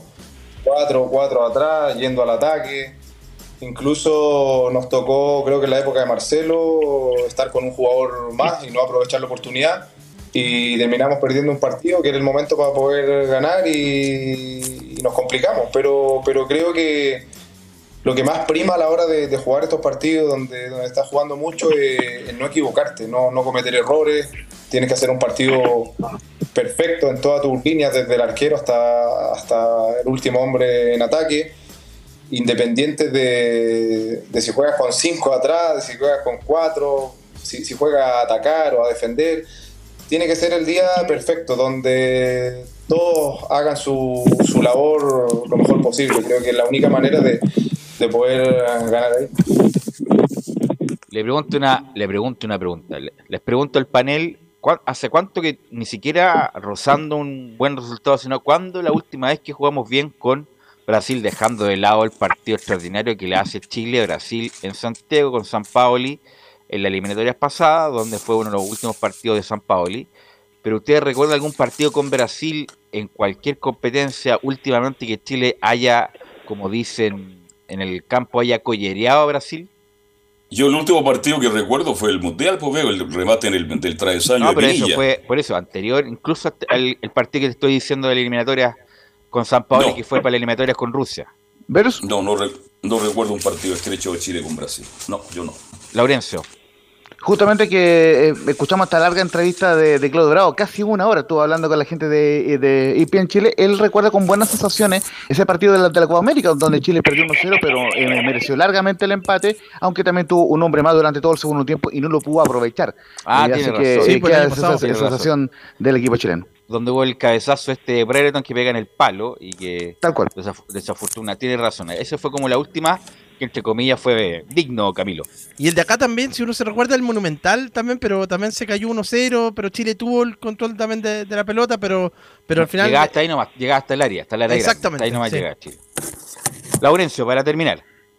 S10: 4 atrás, yendo al ataque. Incluso nos tocó, creo que en la época de Marcelo, estar con un jugador más y no aprovechar la oportunidad, y terminamos perdiendo un partido que era el momento para poder ganar y nos complicamos, pero creo que lo que más prima a la hora de jugar estos partidos donde estás jugando mucho es no equivocarte, no cometer errores. Tienes que hacer un partido perfecto en todas tus líneas, desde el arquero hasta el último hombre en ataque, independiente de si juegas con 5 atrás, de si juegas con 4, si juegas a atacar o a defender. Tiene que ser el día perfecto, donde todos hagan su labor lo mejor posible. Creo que es la única manera de poder ganar ahí.
S9: Le pregunto una pregunta. Les pregunto al panel, ¿hace cuánto que ni siquiera rozando un buen resultado, sino cuándo la última vez que jugamos bien con Brasil, dejando de lado el partido extraordinario que le hace Chile-Brasil en Santiago con Sampaoli en las eliminatorias pasadas, donde fue uno de los últimos partidos de Sampaoli? ¿Pero ustedes recuerdan algún partido con Brasil en cualquier competencia últimamente que Chile haya, como dicen en el campo, haya collereado a Brasil?
S2: Yo el último partido que recuerdo fue el Mundial, pues veo el remate del travesaño de Pinilla.
S9: Eso fue, por eso, anterior, incluso el partido que te estoy diciendo de la eliminatoria con Sampaoli, que fue para las eliminatorias con Rusia.
S6: ¿Veros?
S2: No recuerdo un partido estrecho de Chile con Brasil. No, yo no.
S9: Laurencio.
S6: Justamente que escuchamos esta larga entrevista de Claudio Bravo, casi una hora estuvo hablando con la gente de ESPN Chile. Él recuerda con buenas sensaciones ese partido de la Copa América, donde Chile perdió 1-0, pero mereció largamente el empate, aunque también tuvo un hombre más durante todo el segundo tiempo y no lo pudo aprovechar.
S9: Tiene
S6: razón. Que,
S9: sí,
S6: queda esa sensación del equipo chileno.
S9: Donde hubo el cabezazo Brereton que pega en el palo y que
S6: tal cual
S9: desafortuna, tiene razón. Esa fue como la última que entre comillas fue digno, Camilo.
S7: Y el de acá también, si uno se recuerda, el Monumental también, pero también se cayó 1-0, pero Chile tuvo el control también de la pelota, pero al final...
S9: Llegaba hasta ahí nomás, llegaba hasta el área,
S7: exactamente,
S9: grande, hasta ahí nomás llegaba Chile. Laurencio, para terminar.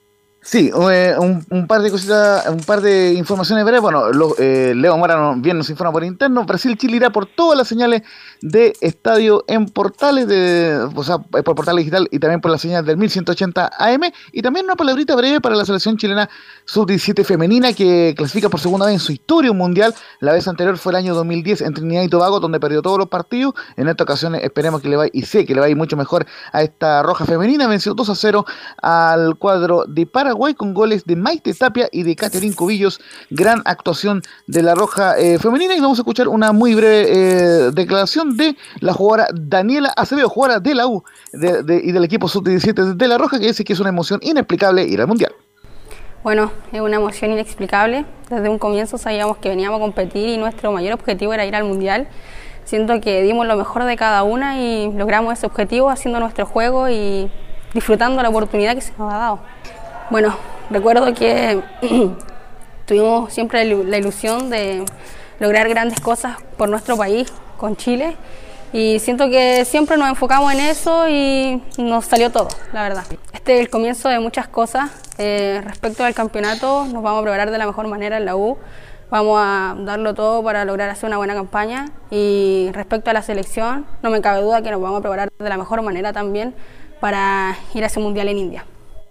S6: Sí, un par de cositas, un par de informaciones breves. Bueno, Leo Mora bien nos informa por interno. Brasil-Chile irá por todas las señales de estadio en Portales, o sea, por Portales Digital y también por las señales del 1180 AM. Y también una palabrita breve para la selección chilena sub-17 femenina que clasifica por segunda vez en su historia un mundial. La vez anterior fue el año 2010 en Trinidad y Tobago, donde perdió todos los partidos. En esta ocasión esperemos que le vaya, y sé que le va a ir mucho mejor a esta roja femenina. Venció 2-0 al cuadro de Paraguay con goles de Maite Tapia y de Catherine Cubillos. Gran actuación de la roja femenina, y vamos a escuchar una muy breve declaración de la jugadora Daniela Acevedo, jugadora de la U y del equipo sub-17 de la roja, que dice que es una emoción inexplicable ir al mundial.
S11: Bueno, es una emoción inexplicable. Desde un comienzo sabíamos que veníamos a competir y nuestro mayor objetivo era ir al mundial. Siento que dimos lo mejor de cada una y logramos ese objetivo haciendo nuestro juego y disfrutando la oportunidad que se nos ha dado. Bueno, recuerdo que tuvimos siempre la ilusión de lograr grandes cosas por nuestro país, con Chile, y siento que siempre nos enfocamos en eso y nos salió todo, la verdad. Este es el comienzo de muchas cosas. Respecto al campeonato, nos vamos a preparar de la mejor manera en la U, vamos a darlo todo para lograr hacer una buena campaña, y respecto a la selección, no me cabe duda que nos vamos a preparar de la mejor manera también para ir a ese mundial en India.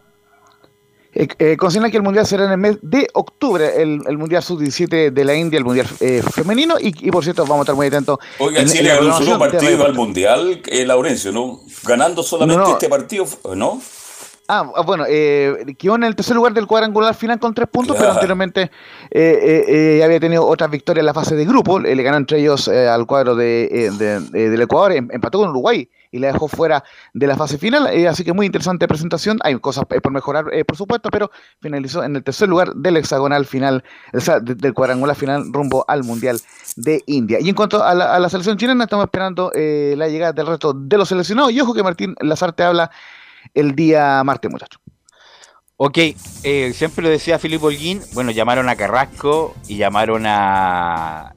S6: Consigna que el mundial será en el mes de octubre, el mundial sub-17 de la India, el mundial femenino, y por cierto vamos a estar muy atentos.
S2: Oiga, Chile ganó un solo partido al mundial, Laurencio, ¿no? Ganando solamente este partido, ¿no?
S6: Bueno, quedó en el tercer lugar del cuadrangular final con 3 puntos, pero anteriormente había tenido otras victorias en la fase de grupo. Le ganó entre ellos al cuadro del Ecuador, empató con Uruguay y la dejó fuera de la fase final, así que muy interesante presentación. Hay cosas por mejorar, por supuesto, pero finalizó en el tercer lugar del hexagonal final, o sea, del cuadrangular final rumbo al Mundial de India. Y en cuanto a la selección chilena, estamos esperando la llegada del resto de los seleccionados, y ojo que Martín Lazarte habla el día martes, muchachos.
S9: Ok, siempre lo decía Filipe Holguín. Bueno, llamaron a Carrasco y llamaron a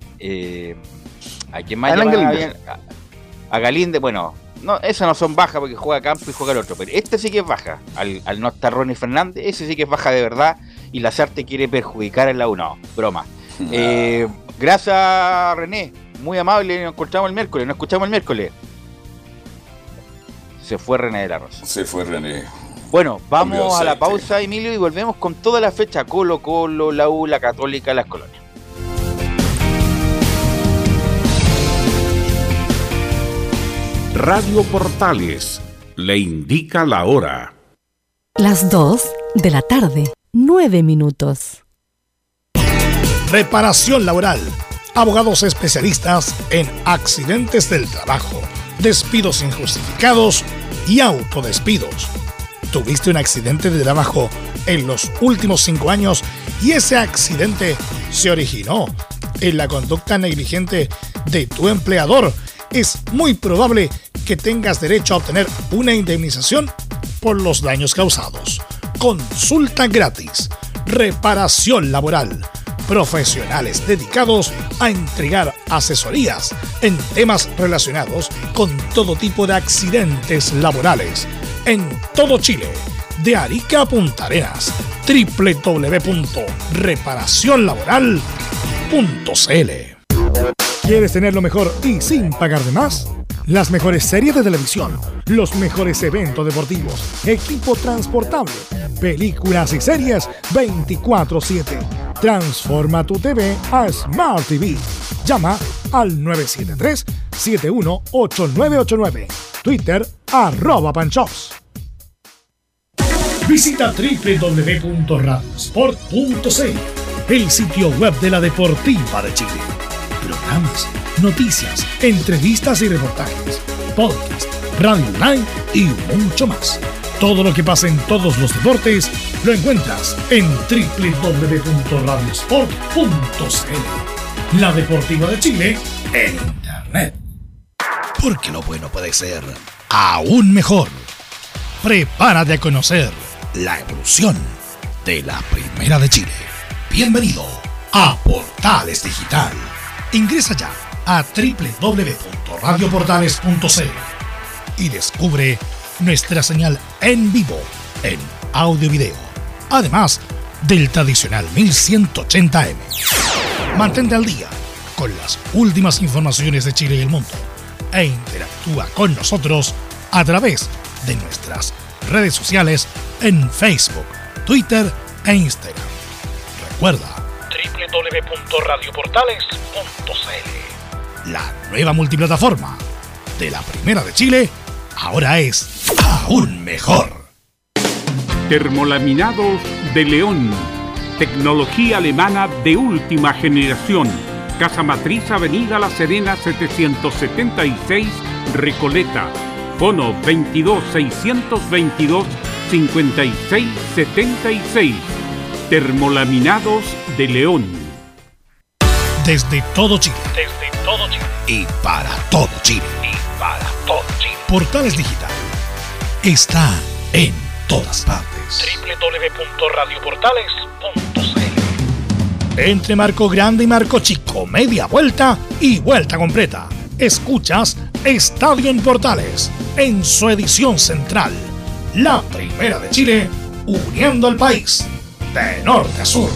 S9: quién más llamaron, a Galíndez. Bueno, no, esas no son bajas porque juega Campo y juega el otro, pero este sí que es baja. Al no estar Ronnie Fernández, ese sí que es baja de verdad, y Lazarte quiere perjudicar en la U. No, broma. Gracias, René, muy amable. Nos escuchamos el miércoles. Se fue René de la Rosa.
S2: Se fue René.
S9: Bueno, vamos a la pausa, Emilio, y volvemos con toda la fecha: Colo Colo, la U, la Católica, las colonias.
S1: Radio Portales le indica la hora.
S12: Las 2 de la tarde, 9 minutos.
S1: Reparación laboral. Abogados especialistas en accidentes del trabajo, despidos injustificados y autodespidos. ¿Tuviste un accidente de trabajo en los últimos 5 años y ese accidente se originó en la conducta negligente de tu empleador? Es muy probable que tengas derecho a obtener una indemnización por los daños causados. Consulta gratis. Reparación laboral. Profesionales dedicados a entregar asesorías en temas relacionados con todo tipo de accidentes laborales en todo Chile, de Arica a Punta Arenas. www.reparacionlaboral.cl. ¿Quieres tener lo mejor y sin pagar de más? Las mejores series de televisión, los mejores eventos deportivos, equipo transportable, películas y series 24/7. Transforma tu TV a Smart TV. Llama al 973-718989. Twitter @Panchops. Visita www.radiosport.cl, el sitio web de la Deportiva de Chile. Programas, noticias, entrevistas y reportajes, podcast, radio online y mucho más. Todo lo que pasa en todos los deportes lo encuentras en www.radiosport.cl. La Deportiva de Chile en Internet. Porque lo bueno puede ser aún mejor. Prepárate a conocer la evolución de la Primera de Chile. Bienvenido a Portales Digital. Ingresa ya a www.radioportales.cl y descubre nuestra señal en vivo en audio y video. además del tradicional 1180M. Mantente al día con las últimas informaciones de Chile y el mundo e interactúa con nosotros a través de nuestras redes sociales en Facebook, Twitter e Instagram. Recuerda www.radioportales.cl. La nueva multiplataforma de la Primera de Chile ahora es aún mejor.
S13: Termolaminados de León. Tecnología alemana de última generación. Casa Matriz, Avenida La Serena, 776, Recoleta. Fono 22-622-5676. Termolaminados de León.
S1: Desde todo Chile. Y para todo Chile. Portales Digital está en todas partes. www.radioportales.cl. Entre Marco Grande y Marco Chico, media vuelta y vuelta completa. Escuchas Estadio en Portales, en su edición central. La Primera de Chile, uniendo al país, de norte a sur.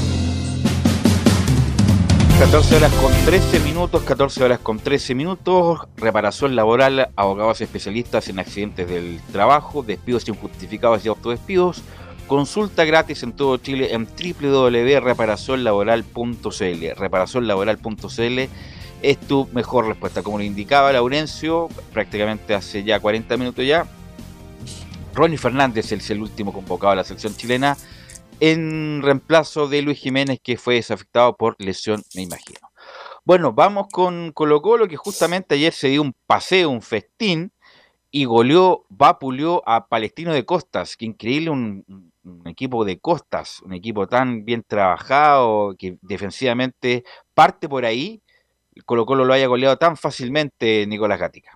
S9: 14 horas con 13 minutos, reparación laboral, abogados especialistas en accidentes del trabajo, despidos injustificados y autodespidos. Consulta gratis en todo Chile en www.reparacionlaboral.cl. Reparacionlaboral.cl es tu mejor respuesta. Como lo indicaba Laurencio, prácticamente hace ya 40 minutos ya, Ronnie Fernández es el último convocado a la selección chilena, en reemplazo de Luis Jiménez, que fue desafectado por lesión, me imagino. Bueno, vamos con Colo-Colo, que justamente ayer se dio un paseo, un festín, y vapuleó a Palestino de Costas. Qué increíble, un equipo de Costas, un equipo tan bien trabajado, que defensivamente parte por ahí. Colo-Colo lo haya goleado tan fácilmente, Nicolás Gatica.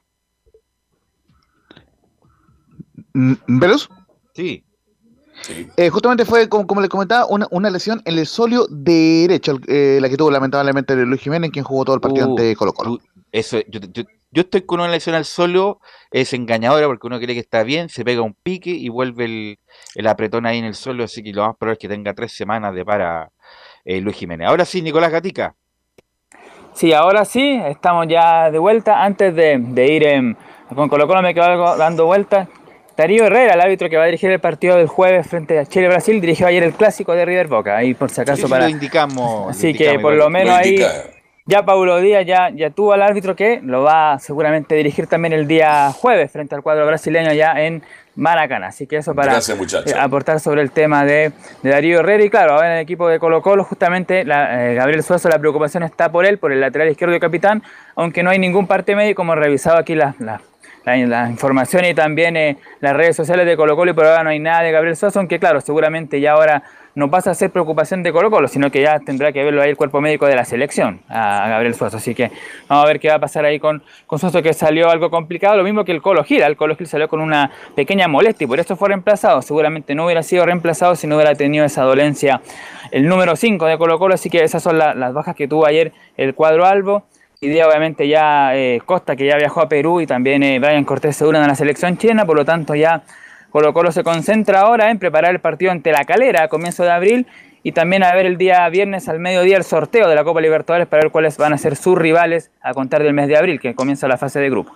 S6: ¿Veloz?
S9: Sí.
S6: Justamente fue, como les comentaba, una lesión en el sóleo derecho, la que tuvo lamentablemente Luis Jiménez, quien jugó todo el partido ante Colo-Colo.
S9: Eso, yo estoy con una lesión al sóleo, es engañadora porque uno cree que está bien, se pega un pique y vuelve el apretón ahí en el sóleo, así que lo más probable es que tenga 3 semanas de para Luis Jiménez. Ahora sí, Nicolás Gatica.
S3: Sí, ahora sí, estamos ya de vuelta. Antes de ir con Colo-Colo me quedo algo dando vueltas. Darío Herrera, el árbitro que va a dirigir el partido del jueves frente a Chile-Brasil, dirigió ayer el clásico de River Boca, ahí por si acaso
S9: sí,
S3: para...
S9: Lo indicamos.
S3: Así que por lo menos ahí ya Paulo Díaz ya tuvo al árbitro que lo va seguramente a dirigir también el día jueves frente al cuadro brasileño ya en Maracaná. Así que eso para aportar sobre el tema de Darío Herrera. Y claro, ahora en el equipo de Colo-Colo justamente Gabriel Suazo, la preocupación está por él, por el lateral izquierdo y capitán, aunque no hay ningún parte médico. Hemos revisado aquí la información y también las redes sociales de Colo-Colo, y por ahora no hay nada de Gabriel Suazo, aunque claro, seguramente ya ahora no pasa a ser preocupación de Colo-Colo, sino que ya tendrá que verlo ahí el cuerpo médico de la selección, a Gabriel Suazo. Así que vamos a ver qué va a pasar ahí con Suazo, que salió algo complicado, lo mismo que el Colo Gil. El Colo Gil salió con una pequeña molestia y por eso fue reemplazado. Seguramente no hubiera sido reemplazado si no hubiera tenido esa dolencia el número 5 de Colo-Colo, así que esas son las bajas que tuvo ayer el cuadro albo. Y día obviamente ya Costa, que ya viajó a Perú, y también Brian Cortés se unen a la selección chilena. Por lo tanto ya Colo-Colo se concentra ahora en preparar el partido ante La Calera a comienzo de abril, y también a ver el día viernes al mediodía el sorteo de la Copa Libertadores para ver cuáles van a ser sus rivales a contar del mes de abril, que comienza la fase de grupo.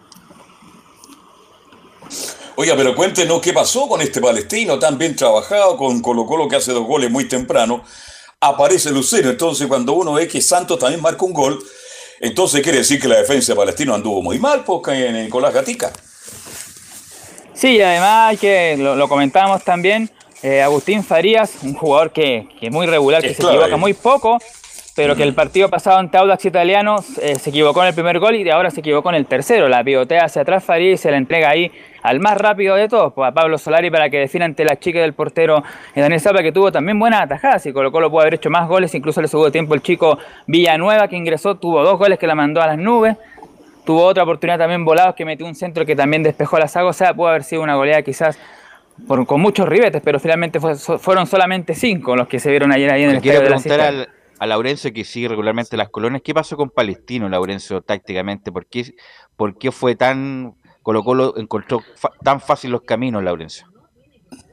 S2: Oiga, pero cuéntenos qué pasó con este palestino tan bien trabajado, con Colo-Colo, que hace 2 goles muy temprano. Aparece Lucero, entonces cuando uno ve que Santos también marca un gol, entonces quiere decir que la defensa de Palestino anduvo muy mal, porque Nicolás Gatica.
S3: Sí, y además que lo comentábamos también, Agustín Farías, un jugador que es muy regular, que se equivoca muy poco, pero que el partido pasado ante Audax Italiano se equivocó en el primer gol y ahora se equivocó en el tercero. La pivotea hacia atrás Farías y se la entrega ahí al más rápido de todos, pues a Pablo Solari, para que defina ante la chica del portero Daniel Zapla, que tuvo también buenas atajadas, y Colo-Colo pudo haber hecho más goles. Incluso le subió tiempo el chico Villanueva, que ingresó, tuvo 2 goles que la mandó a las nubes, tuvo otra oportunidad también Volados, que metió un centro que también despejó la zaga. O sea, pudo haber sido una goleada quizás con muchos ribetes, pero finalmente fueron solamente 5 los que se vieron ayer ahí en el estadio de la Cisterna.
S9: Quiero preguntar a Laurencio, que sigue regularmente las colonias, ¿qué pasó con Palestino, Laurencio, tácticamente? ¿Por qué fue tan... Colo-Colo encontró tan fácil los caminos, Laurencio?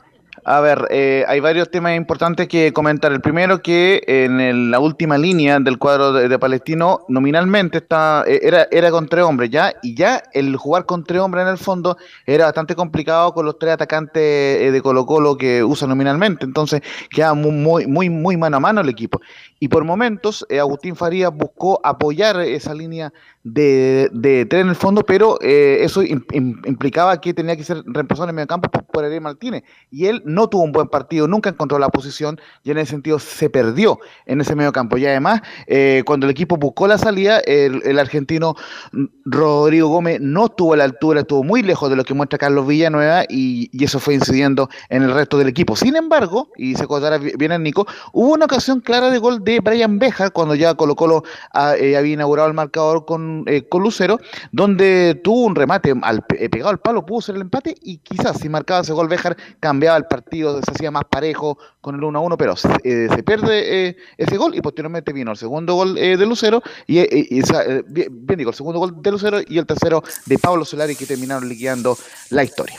S6: A ver, hay varios temas importantes que comentar. El primero, que en la última línea del cuadro de Palestino, nominalmente era con 3 hombres, ¿ya? Y ya el jugar con 3 hombres en el fondo era bastante complicado con los 3 atacantes de Colo-Colo que usa nominalmente. Entonces quedaba muy mano a mano el equipo. Y por momentos, Agustín Farías buscó apoyar esa línea de 3 en el fondo, pero eso implicaba que tenía que ser reemplazado en el medio campo por Ariel Martínez. Y él no tuvo un buen partido, nunca encontró la posición y en ese sentido se perdió en ese medio campo. Y además, cuando el equipo buscó la salida, el argentino Rodrigo Gómez no estuvo a la altura, estuvo muy lejos de lo que muestra Carlos Villanueva y eso fue incidiendo en el resto del equipo. Sin embargo, y se acordará bien el Nico, hubo una ocasión clara de gol de Brian Béjar cuando ya Colo-Colo había inaugurado el marcador con Lucero, donde tuvo un remate pegado al palo, pudo ser el empate y quizás si marcaba ese gol Béjar cambiaba el partido, se hacía más parejo con el 1-1, pero se pierde ese gol y posteriormente vino el segundo gol de Lucero bien digo, el segundo gol de Lucero y el tercero de Pablo Solari, que terminaron liquidando la historia.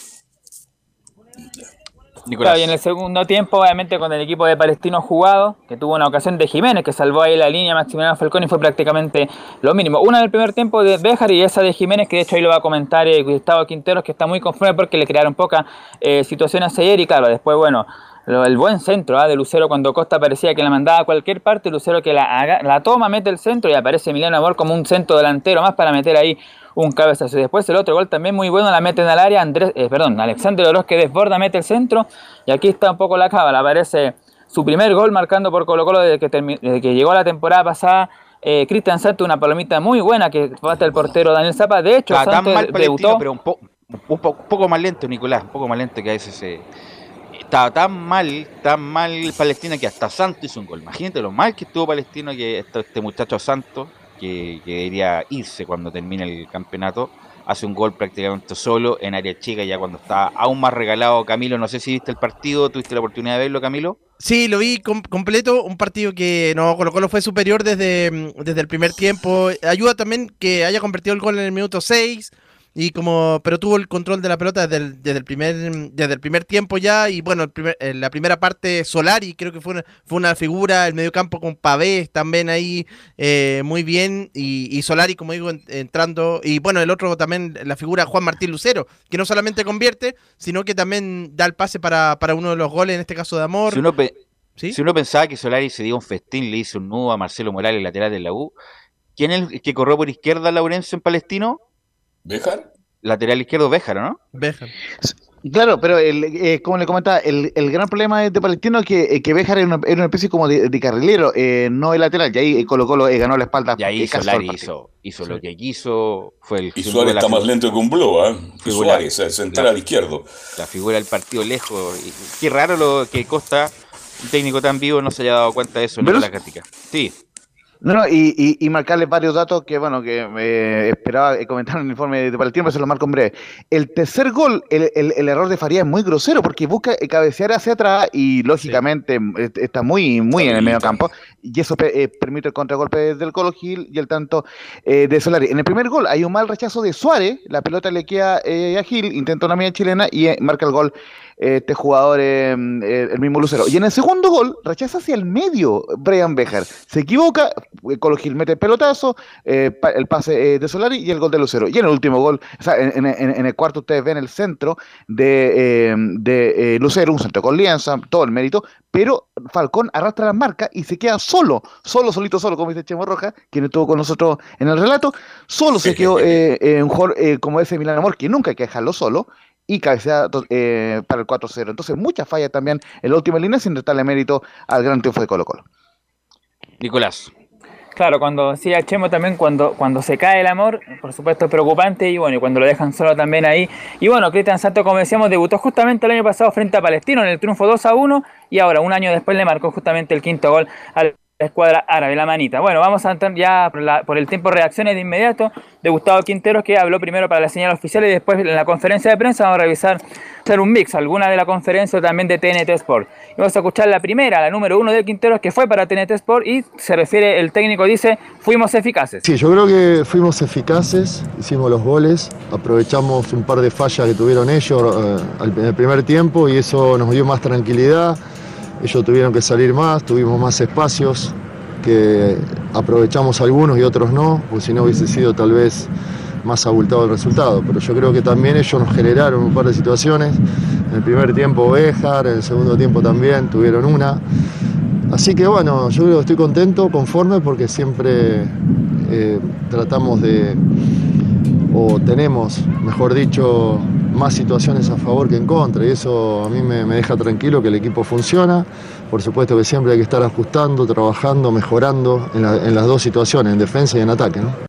S3: Claro, y en el segundo tiempo, obviamente con el equipo de Palestino jugado, que tuvo una ocasión de Jiménez, que salvó ahí la línea Maximiliano Falcón y fue prácticamente lo mínimo. Una del primer tiempo de Béjar y esa de Jiménez, que de hecho ahí lo va a comentar Gustavo Quinteros, que está muy conforme porque le crearon pocas situaciones ayer y claro, después bueno, el buen centro de Lucero cuando Costa parecía que la mandaba a cualquier parte, Lucero que la toma, mete el centro y aparece Emiliano Amor como un centro delantero más para meter ahí un cabezazo. Y después el otro gol también muy bueno, la meten al área, Alexander Oroz que desborda, mete el centro y aquí está un poco la cábala, aparece su primer gol marcando por Colo-Colo desde que llegó la temporada pasada. Cristian Santos, una palomita muy buena que bate el portero Daniel Zapa. De hecho, Santos debutó,
S9: pero un poco más lento, Nicolás, un poco más lento, que a veces estaba tan mal Palestino que hasta Santos hizo un gol. Imagínate lo mal que estuvo Palestino, que este muchacho Santos, que debería irse cuando termine el campeonato, hace un gol prácticamente solo en área chica, ya cuando está aún más regalado. Camilo, no sé si viste el partido, ¿tuviste la oportunidad de verlo, Camilo?
S7: Sí, lo vi completo, un partido que Colo-Colo fue superior desde el primer tiempo. Ayuda también que haya convertido el gol en el minuto 6. Pero tuvo el control de la pelota desde el primer tiempo ya, y bueno, en la primera parte Solari creo que fue una figura, el mediocampo con Pavés también ahí muy bien, y Solari, como digo, entrando, y bueno, el otro también, la figura Juan Martín Lucero, que no solamente convierte, sino que también da el pase para uno de los goles, en este caso de Amor.
S9: Si uno pensaba que Solari se dio un festín, le hizo un nudo a Marcelo Morales, lateral de la U, ¿quién es el que corrió por izquierda Laurencio en Palestino?
S2: ¿Béjar?
S9: Lateral izquierdo, Béjar, ¿no?
S7: Béjar.
S6: Claro, pero como le comentaba, el gran problema de Palestino es que Béjar era una especie como de carrilero, no de lateral, y ahí Colo-Colo ganó la espalda.
S9: Y ahí Solari hizo lo que quiso, fue el...
S2: Y Suárez está más lento que un blow, Suárez, central izquierdo.
S9: La figura del partido lejos. Y qué raro lo que Costa, un técnico tan vivo, no se haya dado cuenta de eso en la crítica. Sí.
S6: No, y marcarles varios datos que, bueno, que esperaba comentar en el informe de Palestino, pero se lo marco en breve. El tercer gol, el error de Farías es muy grosero, porque busca cabecear hacia atrás y, lógicamente, está muy en el medio campo, y eso permite el contragolpe del Colo Gil y el tanto de Solari. En el primer gol hay un mal rechazo de Suárez, la pelota le queda a Gil, intenta una media chilena y marca el gol este jugador, el mismo Lucero. Y en el segundo gol, rechaza hacia el medio Brian Béjar. Se equivoca, Colo Gil mete el pelotazo, el pase de Solari y el gol de Lucero. Y en el último gol, o sea, en el cuarto, ustedes ven el centro de Lucero, un centro con lianza, todo el mérito, pero Falcón arrastra la marca y se queda solito, como dice Chemo Rojas, quien estuvo con nosotros en el relato, solo se quedó un jugador como ese Emiliano Amor, que nunca hay que dejarlo solo, y cabecea para el 4-0. Entonces, muchas fallas también en la última línea, sin restarle mérito al gran triunfo de Colo-Colo.
S9: Nicolás.
S3: Claro, cuando decía Chemo también, cuando se cae el Amor, por supuesto es preocupante, y bueno, y cuando lo dejan solo también ahí. Y bueno, Cristian Santos, como decíamos, debutó justamente el año pasado frente a Palestino en el triunfo 2-1, y ahora, un año después, le marcó justamente el quinto gol al la escuadra árabe, la manita. Bueno, vamos a entrar ya por el tiempo de reacciones de inmediato de Gustavo Quinteros, que habló primero para la señal oficial y después en la conferencia de prensa vamos a revisar, hacer un mix, alguna de la conferencia también de TNT Sport. Y vamos a escuchar la primera, la número 1 de Quinteros, que fue para TNT Sport y se refiere, el técnico dice, fuimos eficaces.
S14: Sí, yo creo que fuimos eficaces, hicimos los goles, aprovechamos un par de fallas que tuvieron ellos en el primer tiempo y eso nos dio más tranquilidad. Ellos tuvieron que salir más, tuvimos más espacios, que aprovechamos algunos y otros no, porque si no hubiese sido tal vez más abultado el resultado. Pero yo creo que también ellos nos generaron un par de situaciones. En el primer tiempo Béjar, en el segundo tiempo también tuvieron una. Así que bueno, yo creo que estoy contento, conforme, porque siempre tratamos de, o tenemos, mejor dicho, más situaciones a favor que en contra, y eso a mí me deja tranquilo que el equipo funciona. Por supuesto que siempre hay que estar ajustando, trabajando, mejorando en las dos situaciones, en defensa y en ataque, ¿no?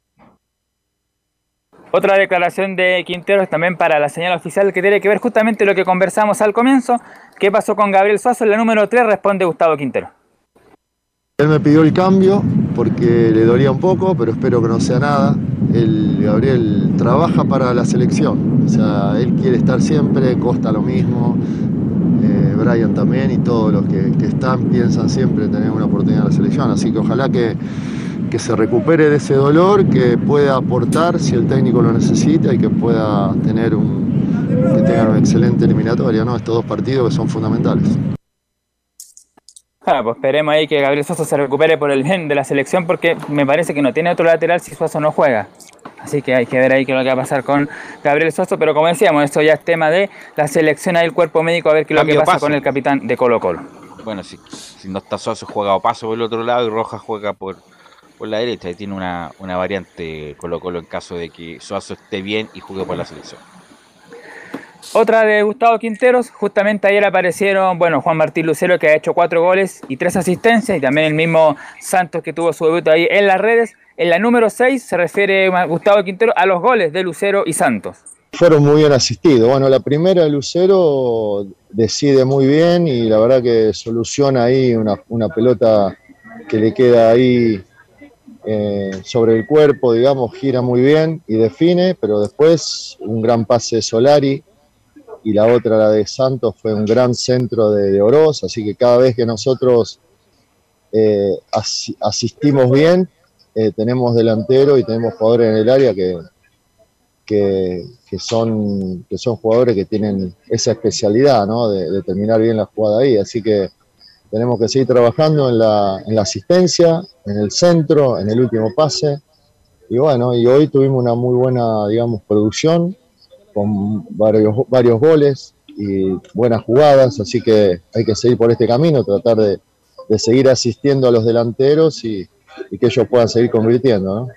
S3: Otra declaración de Quinteros también para la señal oficial, que tiene que ver justamente lo que conversamos al comienzo. ¿Qué pasó con Gabriel Suazo? En la número 3 responde Gustavo Quinteros.
S14: Él me pidió el cambio porque le dolía un poco, pero espero que no sea nada. Gabriel trabaja para la selección, o sea, él quiere estar siempre, Costa lo mismo, Brian también, y todos los que están piensan siempre tener una oportunidad en la selección, así que ojalá que se recupere de ese dolor, que pueda aportar si el técnico lo necesita y que pueda tener que tenga una excelente eliminatoria, ¿no? Estos dos partidos que son fundamentales.
S3: Claro, pues esperemos ahí que Gabriel Suazo se recupere por el bien de la selección, porque me parece que no tiene otro lateral si Suazo no juega. Así que hay que ver ahí qué es lo que va a pasar con Gabriel Suazo, pero como decíamos, esto ya es tema de la selección, ahí el cuerpo médico, a ver qué es lo que pasa con el capitán de Colo Colo.
S9: Bueno, si no está Suazo, juega Opaso por el otro lado y Rojas juega por la derecha, y tiene una variante Colo Colo en caso de que Suazo esté bien y juegue por la selección.
S3: Otra de Gustavo Quinteros, justamente ayer aparecieron, Juan Martín Lucero, que ha hecho 4 goles y 3 asistencias, y también el mismo Santos, que tuvo su debut ahí en las redes. En la número 6 se refiere Gustavo Quinteros a los goles de Lucero y Santos.
S14: Fueron muy bien asistidos. Bueno, la primera de Lucero decide muy bien y la verdad que soluciona ahí una pelota que le queda ahí sobre el cuerpo, digamos, gira muy bien y define, pero después un gran pase de Solari, y la otra, la de Santos, fue un gran centro de Oroz, así que cada vez que nosotros asistimos bien, tenemos delantero y tenemos jugadores en el área que son jugadores que tienen esa especialidad, ¿no? de terminar bien la jugada ahí, así que tenemos que seguir trabajando en la asistencia, en el centro, en el último pase, y hoy tuvimos una muy buena, digamos, producción, con varios goles y buenas jugadas, así que hay que seguir por este camino, tratar de seguir asistiendo a los delanteros y que ellos puedan seguir convirtiendo, ¿no?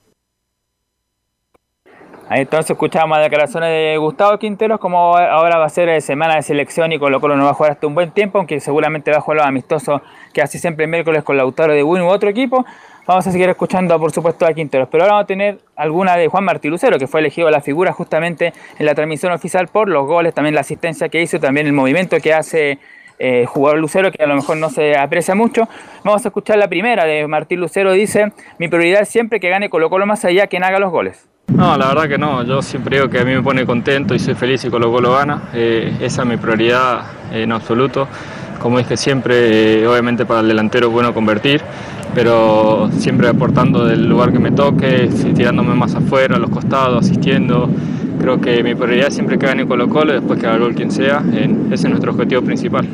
S3: Ahí entonces escuchábamos las declaraciones de Gustavo Quinteros, como ahora va a ser semana de selección y Colo Colo no va a jugar hasta un buen tiempo, aunque seguramente va a jugar los amistosos que hace siempre el miércoles con Lautaro de Win u otro equipo. Vamos a seguir escuchando, por supuesto, a Quinteros, pero ahora vamos a tener alguna de Juan Martín Lucero, que fue elegido la figura justamente en la transmisión oficial por los goles, también la asistencia que hizo, también el movimiento que hace jugador Lucero, que a lo mejor no se aprecia mucho. Vamos a escuchar la primera de Martín Lucero. Dice: mi prioridad es siempre que gane Colo Colo, más allá quien haga los goles.
S15: No, la verdad que no, yo siempre digo que a mí me pone contento y soy feliz si Colo Colo gana, esa es mi prioridad en absoluto. Como dije siempre, obviamente para el delantero es bueno convertir, pero siempre aportando del lugar que me toque, tirándome más afuera, a los costados, asistiendo. Creo que mi prioridad es siempre que gane Colo Colo, después que haga gol quien sea, ese es nuestro objetivo principal.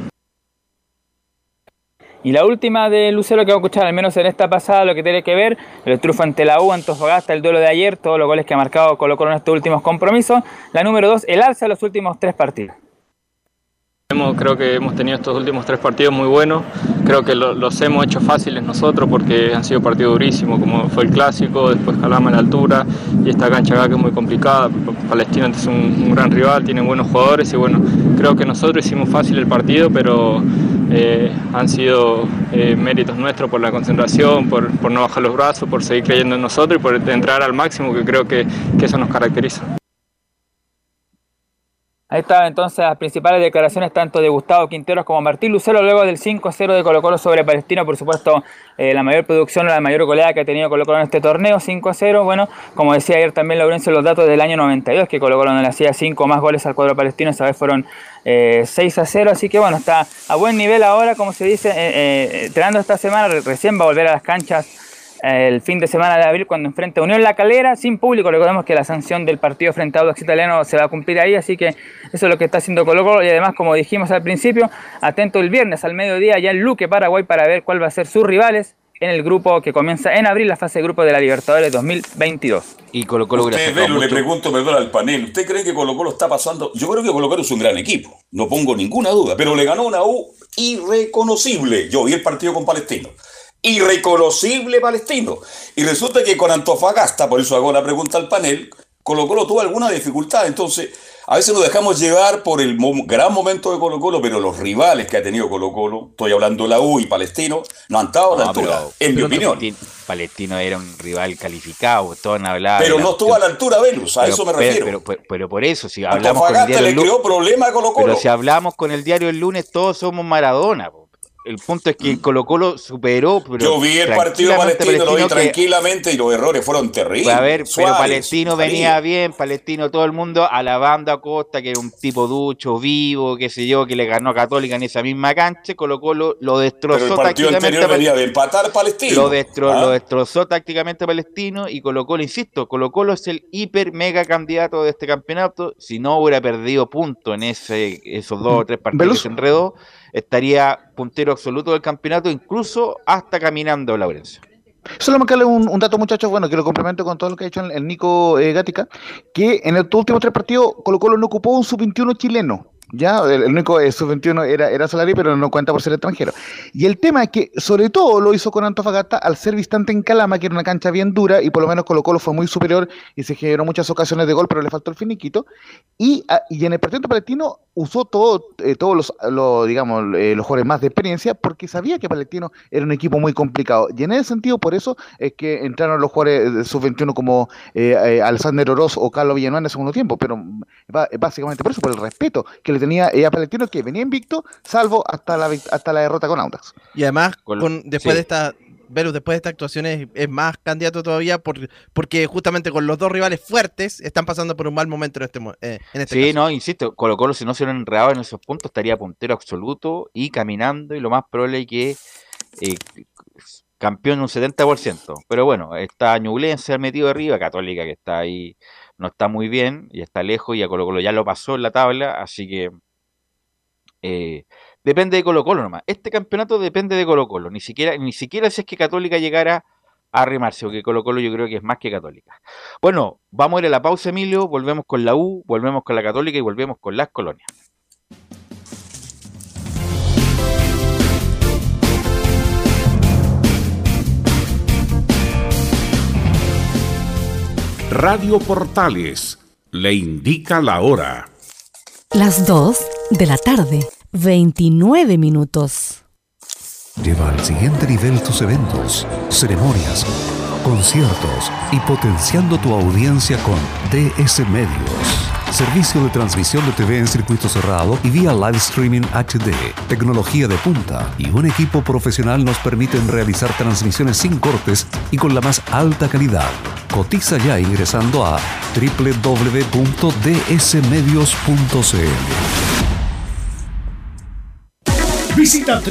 S3: Y la última de Lucero que vamos a escuchar, al menos en esta pasada, lo que tiene que ver, el triunfo ante la U, Antofagasta, el duelo de ayer, todos los goles que ha marcado Colo Colo en estos últimos compromisos. La número 2, el alza de los últimos 3 partidos.
S15: Creo que hemos tenido estos últimos 3 partidos muy buenos, creo que los hemos hecho fáciles nosotros porque han sido partidos durísimos, como fue el clásico, después Calama en la altura y esta cancha acá que es muy complicada. Palestino es un gran rival, tiene buenos jugadores y creo que nosotros hicimos fácil el partido, pero han sido méritos nuestros por la concentración, por no bajar los brazos, por seguir creyendo en nosotros y por entrar al máximo, que creo que eso nos caracteriza.
S3: Ahí estaban entonces las principales declaraciones tanto de Gustavo Quinteros como Martín Lucero luego del 5-0 de Colo-Colo sobre Palestino. Por supuesto, la mayor producción o la mayor goleada que ha tenido Colo-Colo en este torneo, 5-0. Bueno, como decía ayer también Laurencio, los datos del año 92, que Colo-Colo no le hacía 5 más goles al cuadro palestino, esta vez fueron 6-0. Así que bueno, está a buen nivel ahora, como se dice, entrenando esta semana, recién va a volver a las canchas el fin de semana de abril cuando enfrenta a Unión La Calera sin público. Recordemos que la sanción del partido frente a Audax Italiano se va a cumplir ahí, así que eso es lo que está haciendo Colo-Colo. Y además, como dijimos al principio, atento el viernes al mediodía ya en Luque, Paraguay, para ver cuál va a ser sus rivales en el grupo que comienza en abril, la fase de grupo de la Libertadores 2022.
S9: Y Colo-Colo,
S2: usted, Velo, le pregunto, perdón, al panel, ¿usted cree que Colo-Colo está pasando? Yo creo que Colo-Colo es un gran equipo, no pongo ninguna duda, pero le ganó una U irreconocible. Yo vi el partido con Palestino. Irreconocible Palestino. Y resulta que con Antofagasta, por eso hago la pregunta al panel, Colo-Colo tuvo alguna dificultad. Entonces, a veces nos dejamos llevar por el gran momento de Colo-Colo, pero los rivales que ha tenido Colo-Colo, estoy hablando de la U y Palestino, no han estado a la altura, en mi opinión.
S9: Palestino era un rival calificado, todos han hablado.
S2: Pero no estuvo a la altura, Velus, a eso me refiero.
S9: Pero por eso, si hablamos con el diario
S2: le creó problema a Colo-Colo.
S9: Pero si hablamos con el diario el lunes, todos somos Maradona. El punto es que Colo-Colo superó. Pero
S2: yo vi el partido Palestino, lo vi tranquilamente y los errores fueron terribles.
S9: A ver, pero Palestino venía bien, Palestino, todo el mundo alabando a Costa, que era un tipo ducho, vivo, qué sé yo, que le ganó a Católica en esa misma cancha. Colo-Colo lo destrozó.
S2: Pero el partido anterior venía de empatar Palestino.
S9: Lo destrozó tácticamente Palestino y Colo-Colo, insisto, Colo-Colo es el hiper mega candidato de este campeonato. Si no hubiera perdido puntos en esos 2 o 3 partidos que se enredó, estaría puntero absoluto del campeonato, incluso hasta caminando, Laurencio.
S6: Solo marcarle un dato, muchachos, bueno, que lo complemento con todo lo que ha hecho el Nico Gatica, que en estos últimos 3 partidos Colo-Colo no ocupó un sub-21 chileno. Ya, el único sub-21 era Solari, pero no cuenta por ser extranjero. Y el tema es que, sobre todo, lo hizo con Antofagasta al ser visitante en Calama, que era una cancha bien dura, y por lo menos Colo-Colo fue muy superior y se generó muchas ocasiones de gol, pero le faltó el finiquito. Y en el partido palestino usó todos los jugadores más de experiencia, porque sabía que Palestino era un equipo muy complicado. Y en ese sentido, por eso es que entraron los jugadores de sub-21 como Alexander Oroz o Carlos Villanueva en el segundo tiempo, pero básicamente por eso, por el respeto que le tenía a Palestino, que venía invicto, salvo hasta la derrota con Audax.
S7: Y además, después de estas actuaciones es más candidato todavía porque justamente con los 2 rivales fuertes están pasando por un mal momento en este
S9: sí,
S7: caso.
S9: No, insisto, Colo-Colo si no se hubieran enredado en esos puntos estaría puntero absoluto y caminando, y lo más probable es que campeón un 70%. Pero bueno, está Ñublense metido arriba, Católica que está ahí no está muy bien y está lejos, y a Colo-Colo ya lo pasó en la tabla, así que depende de Colo-Colo nomás. Este campeonato depende de Colo-Colo, ni siquiera si es que Católica llegara a arrimarse, porque Colo-Colo yo creo que es más que Católica. Bueno, vamos a ir a la pausa, Emilio, volvemos con la U, volvemos con la Católica y volvemos con las colonias.
S13: Radio Portales le indica la hora.
S12: Las 2 de la tarde, 29 minutos.
S16: Lleva al siguiente nivel tus eventos, ceremonias, conciertos y potenciando tu audiencia con DS Medios. Servicio de transmisión de TV en circuito cerrado y vía live streaming HD. Tecnología de punta y un equipo profesional nos permiten realizar transmisiones sin cortes y con la más alta calidad. Cotiza ya ingresando a www.dsmedios.cl.
S1: Visita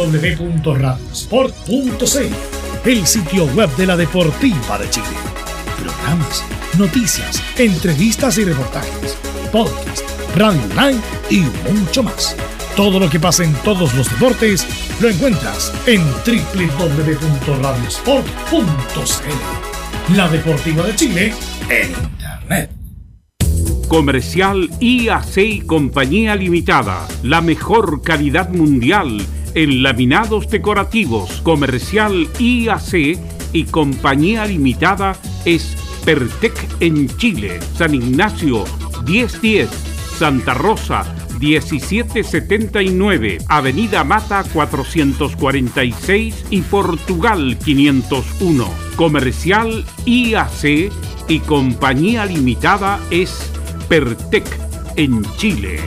S1: www.radiosport.cl, el sitio web de la Deportiva de Chile. Programas, noticias, entrevistas y reportajes, podcast, radio online y mucho más. Todo lo que pasa en todos los deportes lo encuentras en www.radiosport.cl. La Deportiva de Chile en Internet.
S13: Comercial IAC y Compañía Limitada, la mejor calidad mundial en laminados decorativos. Comercial IAC y Compañía Limitada es Pertec en Chile, San Ignacio 1010, Santa Rosa 1779, Avenida Mata 446 y Portugal 501. Comercial IAC y Compañía Limitada es Pertec en Chile.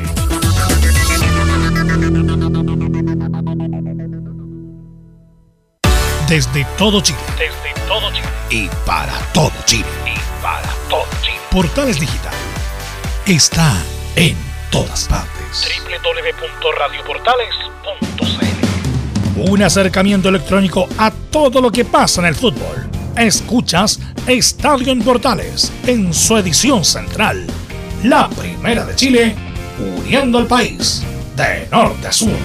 S1: Desde todo Chile.
S13: Y para todo Chile.
S1: Portales Digital está en todas partes.
S13: www.radioportales.cl.
S1: Un acercamiento electrónico a todo lo que pasa en el fútbol. Escuchas Estadio en Portales en su edición central. La primera de Chile, uniendo al país de norte a sur.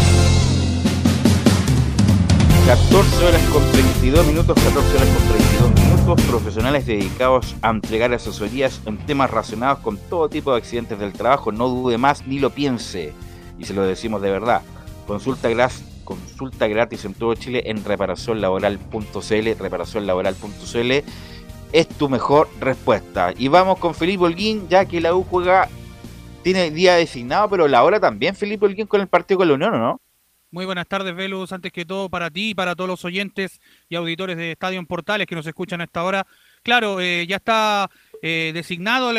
S9: 14 horas con 32 minutos, 14 horas con 32 minutos, profesionales dedicados a entregar asesorías en temas relacionados con todo tipo de accidentes del trabajo. No dude más ni lo piense, y se lo decimos de verdad. Consulta gratis en todo Chile en reparacionlaboral.cl. reparacionlaboral.cl es tu mejor respuesta. Y vamos con Felipe Holguín, ya que la U tiene día designado, pero la hora también, Felipe Holguín, con el partido con la Unión, ¿o no?
S4: Muy buenas tardes, Velus. Antes que todo, para ti y para todos los oyentes y auditores de Estadio en Portales que nos escuchan a esta hora. Claro, ya está designado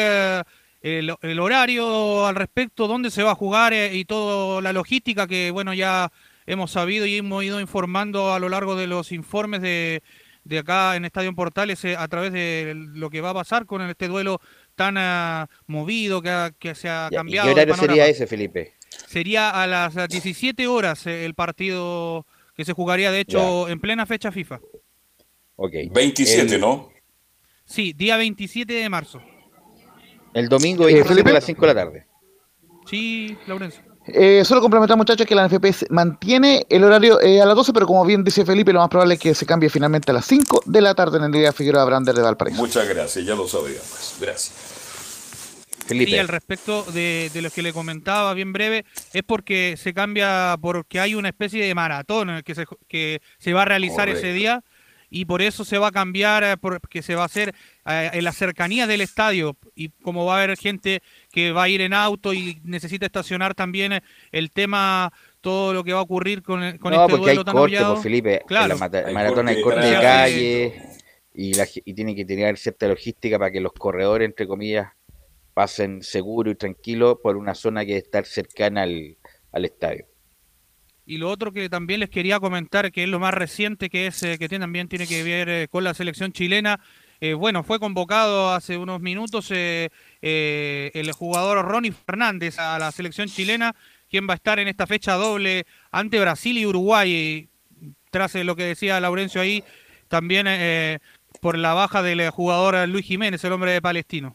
S4: el horario al respecto, dónde se va a jugar y toda la logística que, bueno, ya hemos sabido y hemos ido informando a lo largo de los informes de acá en Estadio en Portales a través de lo que va a pasar con este duelo tan movido que se ha cambiado.
S9: ¿Y qué horario sería ese, Felipe?
S4: Sería a las 17 horas el partido que se jugaría, de hecho, en plena fecha FIFA.
S9: Ok.
S2: 27, ¿no?
S4: Sí, día 27 de marzo.
S9: El domingo 27 a las 5 de la tarde.
S4: Sí, Laurencio.
S6: Solo complementar, muchachos, que la NFP mantiene el horario a las 12, pero como bien dice Felipe, lo más probable es que se cambie finalmente a las 5 de la tarde en el día Figueroa Brander de Valparaíso.
S2: Muchas gracias, ya lo sabíamos. Gracias.
S4: Felipe. Sí, al respecto de lo que le comentaba bien breve, es porque se cambia, porque hay una especie de maratón que se va a realizar ese día, y por eso se va a cambiar, porque se va a hacer en las cercanías del estadio, y como va a haber gente que va a ir en auto y necesita estacionar también, el tema, todo lo que va a ocurrir con este duelo tan aullado.
S9: Por Felipe,
S4: claro.
S9: En la maratón hay corte de calle, y tiene que tener cierta logística para que los corredores, entre comillas, pasen seguro y tranquilo por una zona que está cercana al estadio.
S4: Y lo otro que también les quería comentar, que es lo más reciente, que es que también tiene que ver con la selección chilena. Bueno, fue convocado hace unos minutos el jugador Ronnie Fernández a la selección chilena, quien va a estar en esta fecha doble ante Brasil y Uruguay, tras lo que decía Laurencio ahí, también por la baja del jugador Luis Jiménez, el hombre de Palestino.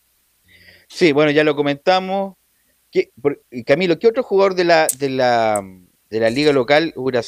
S9: Sí, bueno, ya lo comentamos. Camilo, ¿qué otro jugador de la liga local hubiera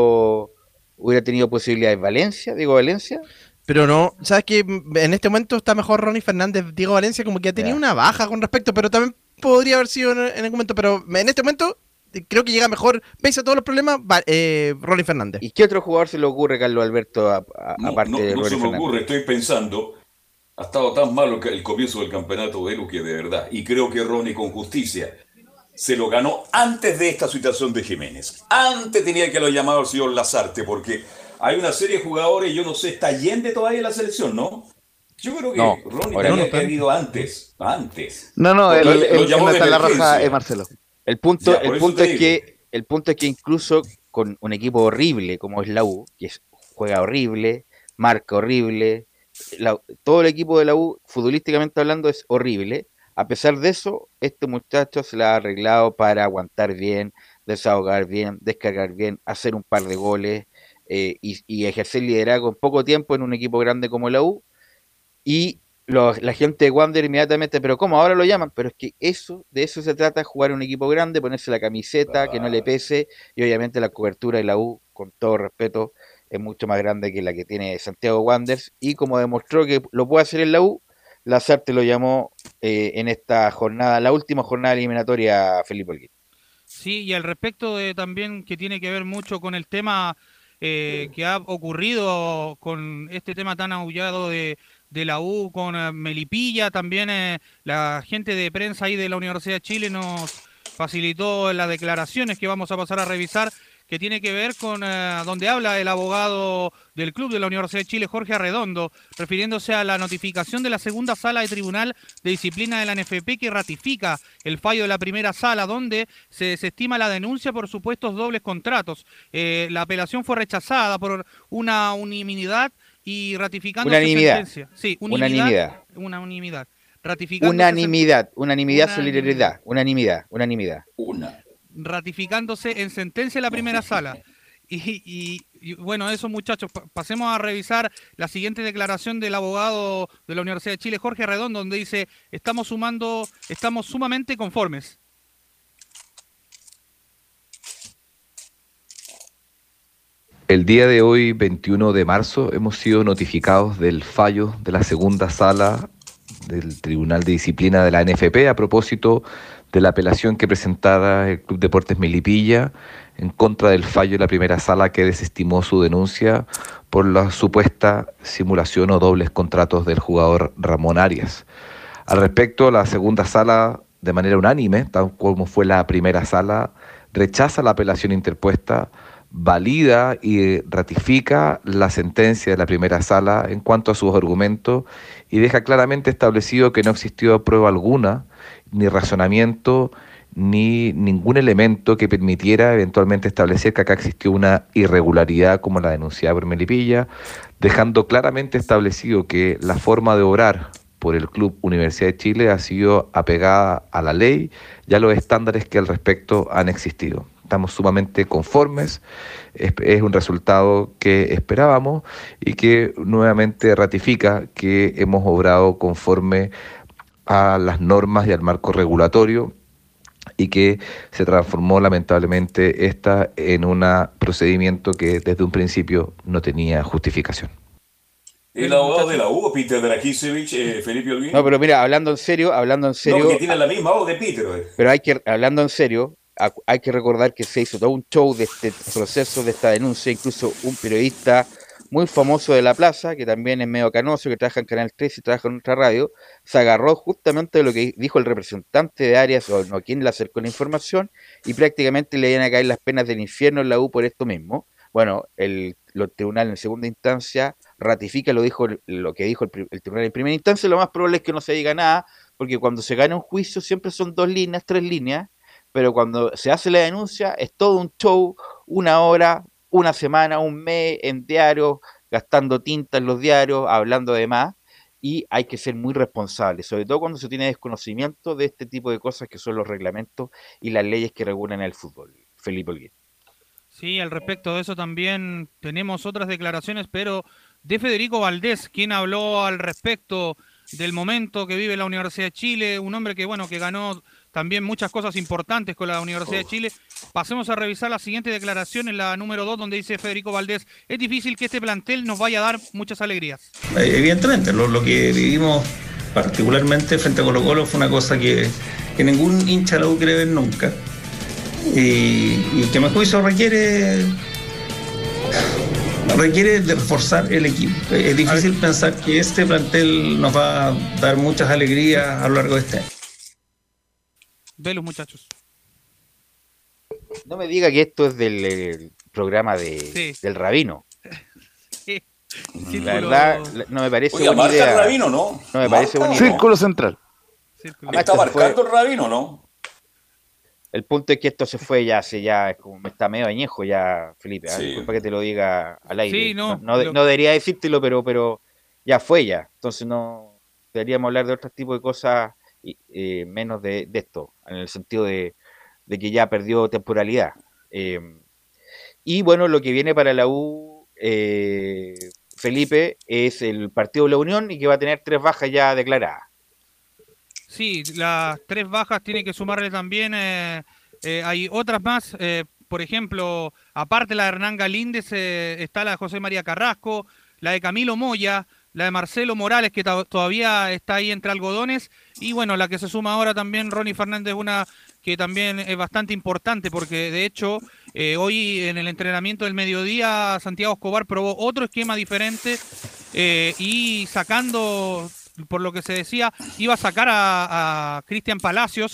S9: tenido posibilidades? ¿Valencia? ¿Diego Valencia?
S7: Pero no, ¿sabes qué? En este momento está mejor Ronnie Fernández. Diego Valencia como que ha tenido una baja con respecto, pero también podría haber sido en el momento. Pero en este momento creo que llega mejor, pese a todos los problemas, Ronnie Fernández.
S9: ¿Y qué otro jugador se le ocurre, Carlos Alberto, aparte de Ronnie Fernández?
S2: No se me ocurre, estoy pensando. Ha estado tan malo el comienzo del campeonato de que de verdad, y creo que Ronnie con justicia se lo ganó antes de esta situación de Jiménez. Antes tenía que lo llamado el señor Lazarte, porque hay una serie de jugadores, yo no sé, está Allende todavía en la selección, ¿no? Yo creo que Ronnie tenía que haber ido antes.
S6: No,
S2: lo llamó de
S6: la roja Marcelo.
S9: El punto es que incluso con un equipo horrible como es la U, que juega horrible, marca horrible, todo el equipo de la U, futbolísticamente hablando, es horrible. A pesar de eso, este muchacho se la ha arreglado para aguantar bien, desahogar bien, descargar bien, hacer un par de goles y ejercer liderazgo en poco tiempo en un equipo grande como la U. Y la gente de Wander inmediatamente, pero ¿cómo? Ahora lo llaman. Pero es que de eso se trata, jugar en un equipo grande, ponerse la camiseta, que no le pese, y obviamente la cobertura de la U, con todo respeto, es mucho más grande que la que tiene Santiago Wanderers, y como demostró que lo puede hacer en la U, Lazarte lo llamó en esta jornada, la última jornada eliminatoria, Felipe Holguín.
S4: Sí, y al respecto de también que tiene que ver mucho con el tema que ha ocurrido con este tema tan aullado de la U, con Melipilla, también la gente de prensa ahí de la Universidad de Chile nos facilitó las declaraciones que vamos a pasar a revisar, que tiene que ver con donde habla el abogado del club de la Universidad de Chile, Jorge Arredondo, refiriéndose a la notificación de la segunda sala de Tribunal de Disciplina de la NFP que ratifica el fallo de la primera sala, donde se desestima la denuncia por supuestos dobles contratos. La apelación fue rechazada por una unanimidad y ratificando sentencia. Sí, unanimidad.
S9: Unanimidad.
S4: Ratificándose en sentencia la primera sala. Y bueno, eso, muchachos, pasemos a revisar la siguiente declaración del abogado de la Universidad de Chile, Jorge Arredondo, donde dice: estamos sumamente conformes.
S17: El día de hoy, 21 de marzo, hemos sido notificados del fallo de la segunda sala del Tribunal de Disciplina de la NFP a propósito de la apelación que presentara el Club Deportes Melipilla en contra del fallo de la primera sala que desestimó su denuncia por la supuesta simulación o dobles contratos del jugador Ramón Arias. Al respecto, la segunda sala, de manera unánime, tal como fue la primera sala, rechaza la apelación interpuesta, valida y ratifica la sentencia de la primera sala en cuanto a sus argumentos y deja claramente establecido que no existió prueba alguna, ni razonamiento, ni ningún elemento que permitiera eventualmente establecer que acá existió una irregularidad como la denunciada por Melipilla, dejando claramente establecido que la forma de obrar por el Club Universidad de Chile ha sido apegada a la ley y a los estándares que al respecto han existido. Estamos sumamente conformes, es un resultado que esperábamos y que nuevamente ratifica que hemos obrado conforme a las normas y al marco regulatorio y que se transformó lamentablemente esta en un procedimiento que desde un principio no tenía justificación.
S2: El abogado de la U, Peter Dragisevich, Felipe Holguín.
S9: No, pero mira, hablando en serio.
S2: No, que tiene la misma voz de Peter.
S9: Pero hablando en serio, hay que recordar que se hizo todo un show de este proceso, de esta denuncia. Incluso un periodista muy famoso de la plaza, que también es medio canoso, que trabaja en Canal 3 y trabaja en otra radio, se agarró justamente de lo que dijo el representante de Arias, o no, quien le acercó la información, y prácticamente le iban a caer las penas del infierno en la U por esto mismo. Bueno, el tribunal en segunda instancia ratifica lo que dijo el tribunal en primera instancia. Lo más probable es que no se diga nada, porque cuando se gana un juicio siempre son 2 líneas, 3 líneas, pero cuando se hace la denuncia es todo un show, 1 hora, 1 semana, 1 mes en diarios, gastando tinta en los diarios, hablando de más, y hay que ser muy responsable, sobre todo cuando se tiene desconocimiento de este tipo de cosas que son los reglamentos y las leyes que regulan el fútbol. Felipe Holguín.
S4: Sí, al respecto de eso también tenemos otras declaraciones, pero de Federico Valdés, quien habló al respecto del momento que vive la Universidad de Chile, un hombre que, bueno, que ganó también muchas cosas importantes con la Universidad de Chile. Pasemos a revisar la siguiente declaración en la número 2, donde dice Federico Valdés: es difícil que este plantel nos vaya a dar muchas alegrías.
S18: Evidentemente, lo que vivimos particularmente frente a Colo-Colo fue una cosa que ningún hincha de la U quiere ver nunca. Y que a mi juicio requiere de reforzar el equipo. Es difícil pensar que este plantel nos va a dar muchas alegrías a lo largo de este año.
S4: Los muchachos.
S9: No me diga que esto es del programa del Rabino.
S4: Sí.
S9: La verdad, no me parece buena
S2: marca
S9: idea.
S2: El Rabino, ¿no?
S9: No me parece buena
S6: idea. Círculo central.
S2: ¿Está marcando el Rabino, no?
S9: El punto es que esto se fue ya es como está medio añejo ya, Felipe.
S2: Sí.
S9: Disculpa que te lo diga al aire.
S4: Sí, no
S9: debería decírtelo, pero ya fue ya. Entonces no deberíamos hablar de otro tipo de cosas menos de esto, en el sentido de que ya perdió temporalidad. Y bueno, lo que viene para la U, Felipe, es el partido de la Unión y que va a tener 3 bajas ya declaradas.
S4: Sí, las 3 bajas tiene que sumarle también, hay otras más, por ejemplo, aparte la de Hernán Galíndez, está la de José María Carrasco, la de Camilo Moya, la de Marcelo Morales, que todavía está ahí entre algodones, y bueno, la que se suma ahora también Ronnie Fernández, una que también es bastante importante, porque de hecho hoy en el entrenamiento del mediodía Santiago Escobar probó otro esquema diferente y sacando, por lo que se decía, iba a sacar a Cristian Palacios,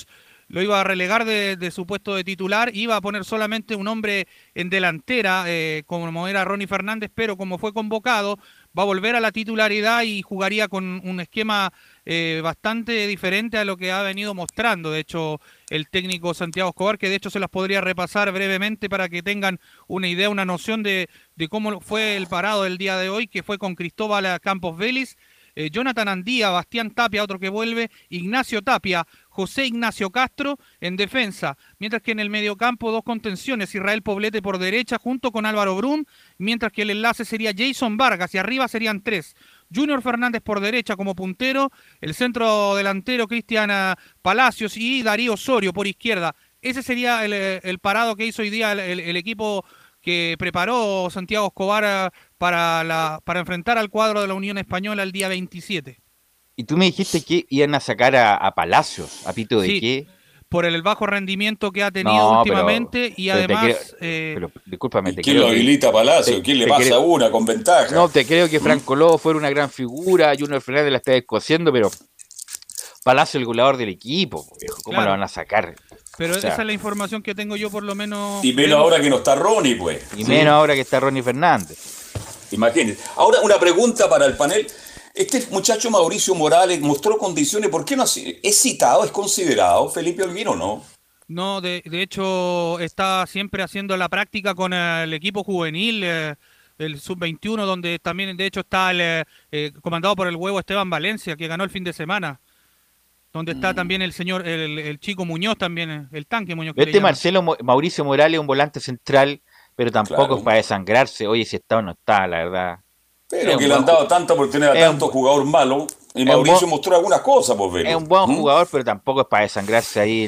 S4: lo iba a relegar de su puesto de titular, iba a poner solamente un hombre en delantera, como era Ronnie Fernández, pero como fue convocado, va a volver a la titularidad y jugaría con un esquema bastante diferente a lo que ha venido mostrando, de hecho, el técnico Santiago Escobar, que de hecho se las podría repasar brevemente para que tengan una idea, una noción de cómo fue el parado del día de hoy, que fue con Cristóbal Campos Vélez, Jonathan Andía, Bastián Tapia, otro que vuelve, Ignacio Tapia, José Ignacio Castro en defensa, mientras que en el mediocampo dos contenciones, Israel Poblete por derecha junto con Álvaro Brun, mientras que el enlace sería Jason Vargas y arriba serían tres, Junior Fernández por derecha como puntero, el centro delantero Cristian Palacios y Darío Osorio por izquierda. Ese sería el parado que hizo hoy día el equipo que preparó Santiago Escobar para enfrentar al cuadro de la Unión Española el día 27.
S9: Y tú me dijiste que iban a sacar a Palacios, ¿a pito de
S4: sí,
S9: qué?
S4: Por el bajo rendimiento que ha tenido últimamente y además...
S9: Pero discúlpame,
S2: ¿quién lo habilita a Palacios? ¿Quién le pasa una con ventaja?
S9: No, te creo que Franco Lobo fuera una gran figura, Junior Fernández la está descosiendo, pero Palacio el goleador del equipo, viejo. ¿Cómo la van a sacar?
S4: Pero esa es la información que tengo yo por lo menos.
S2: Y menos ahora que no está Ronnie, pues.
S9: Y menos ahora que está Ronnie Fernández.
S2: Imagínense. Ahora una pregunta para el panel. Este muchacho Mauricio Morales mostró condiciones. ¿Por qué no es citado, es considerado Felipe Holguín o no?
S4: No, de hecho está siempre haciendo la práctica con el equipo juvenil, el Sub-21, donde también de hecho está comandado por el huevo Esteban Valencia, que ganó el fin de semana. Donde está también el señor, el chico Muñoz también, el tanque Muñoz.
S9: Mauricio Morales es un volante central, pero tampoco es para desangrarse. Oye, si está o no está, la verdad.
S2: Pero que le han dado tanta oportunidad a tanto jugador malo, y Mauricio mostró algunas cosas, por ver.
S9: Es un buen jugador, pero tampoco es para desangrarse ahí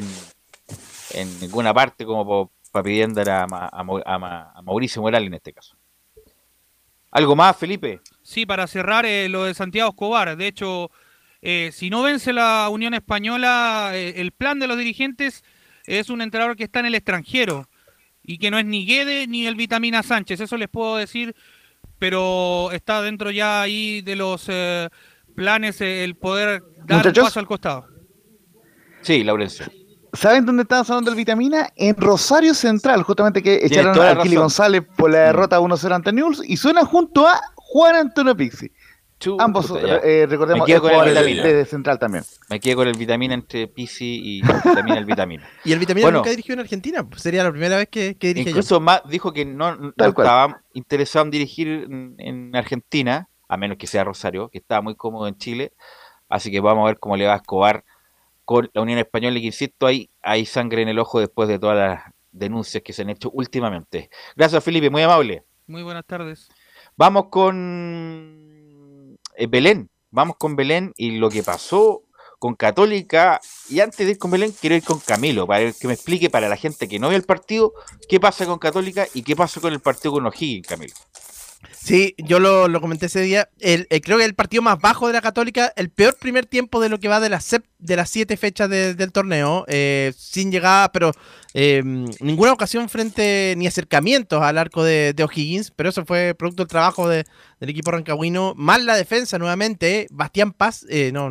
S9: en ninguna parte, como para pidiendo a Mauricio Morales en este caso. ¿Algo más, Felipe?
S4: Sí, para cerrar lo de Santiago Escobar. De hecho... si no vence la Unión Española, el plan de los dirigentes es un entrenador que está en el extranjero y que no es ni Guede ni el Vitamina Sánchez, eso les puedo decir, pero está dentro ya ahí de los planes el poder dar un paso al costado.
S9: Sí, Laurencio.
S6: ¿Saben dónde estaba sonando el Vitamina? En Rosario Central, justamente que echaron a Kili González por la derrota 1-0 ante Newell's y suena junto a Juan Antonio Pizzi. Ambos, recordemos, de Central también.
S9: Me quedo con el Vitamina entre Pizzi y Vitamina el Vitamina.
S7: Y el Vitamina nunca dirigió en Argentina, sería la primera vez que dirige.
S9: Incluso más dijo que no estaba interesado en dirigir en Argentina, a menos que sea Rosario, que estaba muy cómodo en Chile. Así que vamos a ver cómo le va a Escobar con la Unión Española, y que insisto, hay sangre en el ojo después de todas las denuncias que se han hecho últimamente. Gracias, Felipe, muy amable.
S4: Muy buenas tardes.
S9: Vamos con Belén, vamos con Belén y lo que pasó con Católica. Y antes de ir con Belén, quiero ir con Camilo para que me explique, para la gente que no ve el partido, qué pasa con Católica y qué pasó con el partido con O'Higgins, Camilo.
S7: Sí, yo lo comenté ese día. Creo que el partido más bajo de la Católica, el peor primer tiempo de lo que va de las 7 fechas del torneo, sin llegada, pero ninguna ocasión frente ni acercamientos al arco de O'Higgins, pero eso fue producto del trabajo del equipo rancagüino. Mal la defensa nuevamente, Nehuen Paz,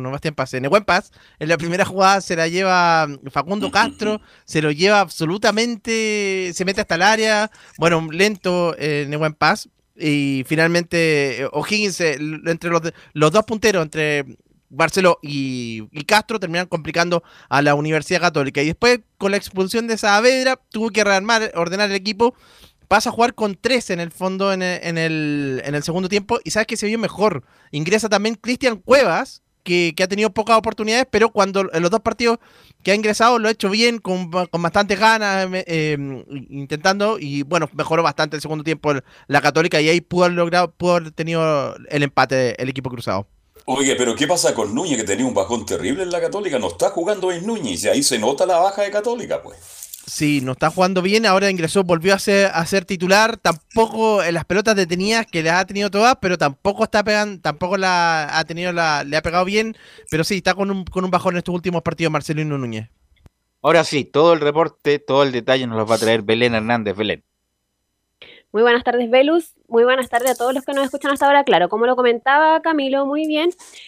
S7: en la primera jugada se la lleva Facundo Castro, se lo lleva absolutamente, se mete hasta el área, bueno, lento Nehuen Paz. Y finalmente O'Higgins, entre los dos punteros, entre Barceló y Castro, terminan complicando a la Universidad Católica. Y después, con la expulsión de Saavedra, tuvo que ordenar el equipo. Pasa a jugar con 3 en el fondo en el segundo tiempo. Y sabes que se vio mejor. Ingresa también Cristian Cuevas, que ha tenido pocas oportunidades, pero cuando en los dos partidos que ha ingresado lo ha hecho bien, con bastantes ganas, intentando, y bueno, mejoró bastante el segundo tiempo la Católica, y ahí pudo haber tenido el empate el equipo cruzado.
S2: Oye, pero ¿qué pasa con Núñez, que tenía un bajón terrible en la Católica? No está jugando bien Núñez, y ahí se nota la baja de Católica, pues.
S7: Sí, no está jugando bien, ahora ingresó, volvió a ser titular, tampoco en las pelotas detenidas, que las ha tenido todas, pero tampoco está pegando, tampoco le ha pegado bien, pero sí, está con un bajón en estos últimos partidos Marcelino Núñez.
S9: Ahora sí, todo el reporte, todo el detalle nos lo va a traer Belén Hernández. Belén.
S5: Muy buenas tardes, Velus. Muy buenas tardes a todos los que nos escuchan hasta ahora. Claro, como lo comentaba Camilo muy bien,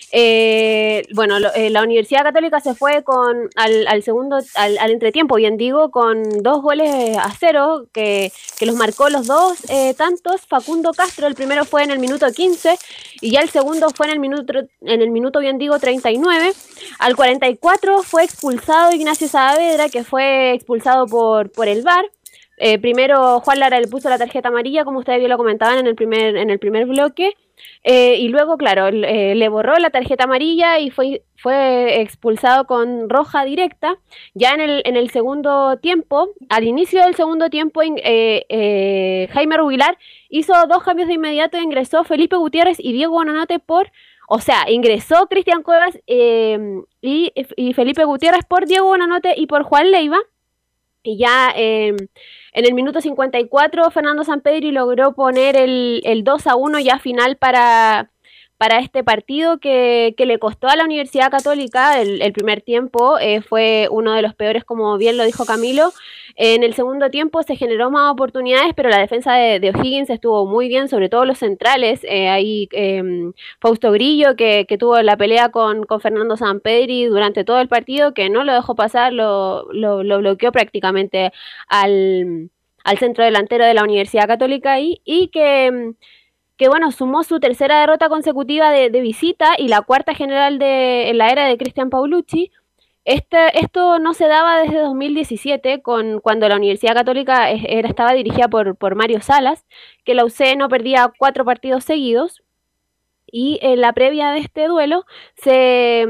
S5: la Universidad Católica se fue al entretiempo, bien digo, con 2-0 que los marcó los dos tantos Facundo Castro. El primero fue en el minuto 15 y ya el segundo fue en el minuto bien digo 39. Al 44 fue expulsado Ignacio Saavedra, que fue expulsado por el VAR. Primero Juan Lara le puso la tarjeta amarilla, como ustedes bien lo comentaban en el primer bloque, y luego, claro, le borró la tarjeta amarilla y fue expulsado con roja directa. Ya en el segundo tiempo, al inicio del segundo tiempo, Jaime Rubilar hizo 2 cambios de inmediato, ingresó Felipe Gutiérrez y Diego Bonanote ingresó Cristian Cuevas y Felipe Gutiérrez por Diego Bonanote y por Juan Leiva. Y ya en el minuto 54 Fernando Sampedri logró poner el 2-1 ya final para este partido que le costó a la Universidad Católica. El primer tiempo fue uno de los peores, como bien lo dijo Camilo. En el segundo tiempo se generó más oportunidades, pero la defensa de O'Higgins estuvo muy bien, sobre todo los centrales. Fausto Grillo, que tuvo la pelea con Fernando Sampedri durante todo el partido, que no lo dejó pasar, lo bloqueó prácticamente al centro delantero de la Universidad Católica y que bueno, sumó su tercera derrota consecutiva de visita y la cuarta general en la era de Cristian Paulucci. Esto no se daba desde 2017, cuando la Universidad Católica estaba dirigida por Mario Salas, que la UC no perdía 4 partidos seguidos. Y en la previa de este duelo se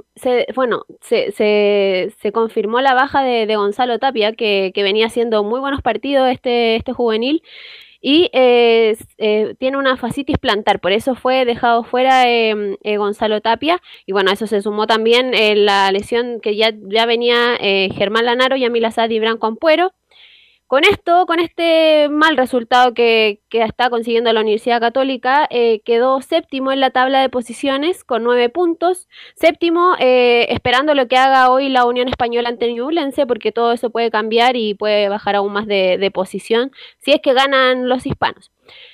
S5: confirmó la baja de Gonzalo Tapia, que venía haciendo muy buenos partidos este juvenil. Y tiene una fascitis plantar, por eso fue dejado fuera Gonzalo Tapia. Y bueno, a eso se sumó también la lesión que ya venía Germán Lanaro, Yamil Asad y Branco Ampuero. Con este mal resultado que está consiguiendo la Universidad Católica, quedó séptimo en la tabla de posiciones con 9 puntos. Séptimo, esperando lo que haga hoy la Unión Española ante Ñublense, porque todo eso puede cambiar y puede bajar aún más de posición si es que ganan los hispanos.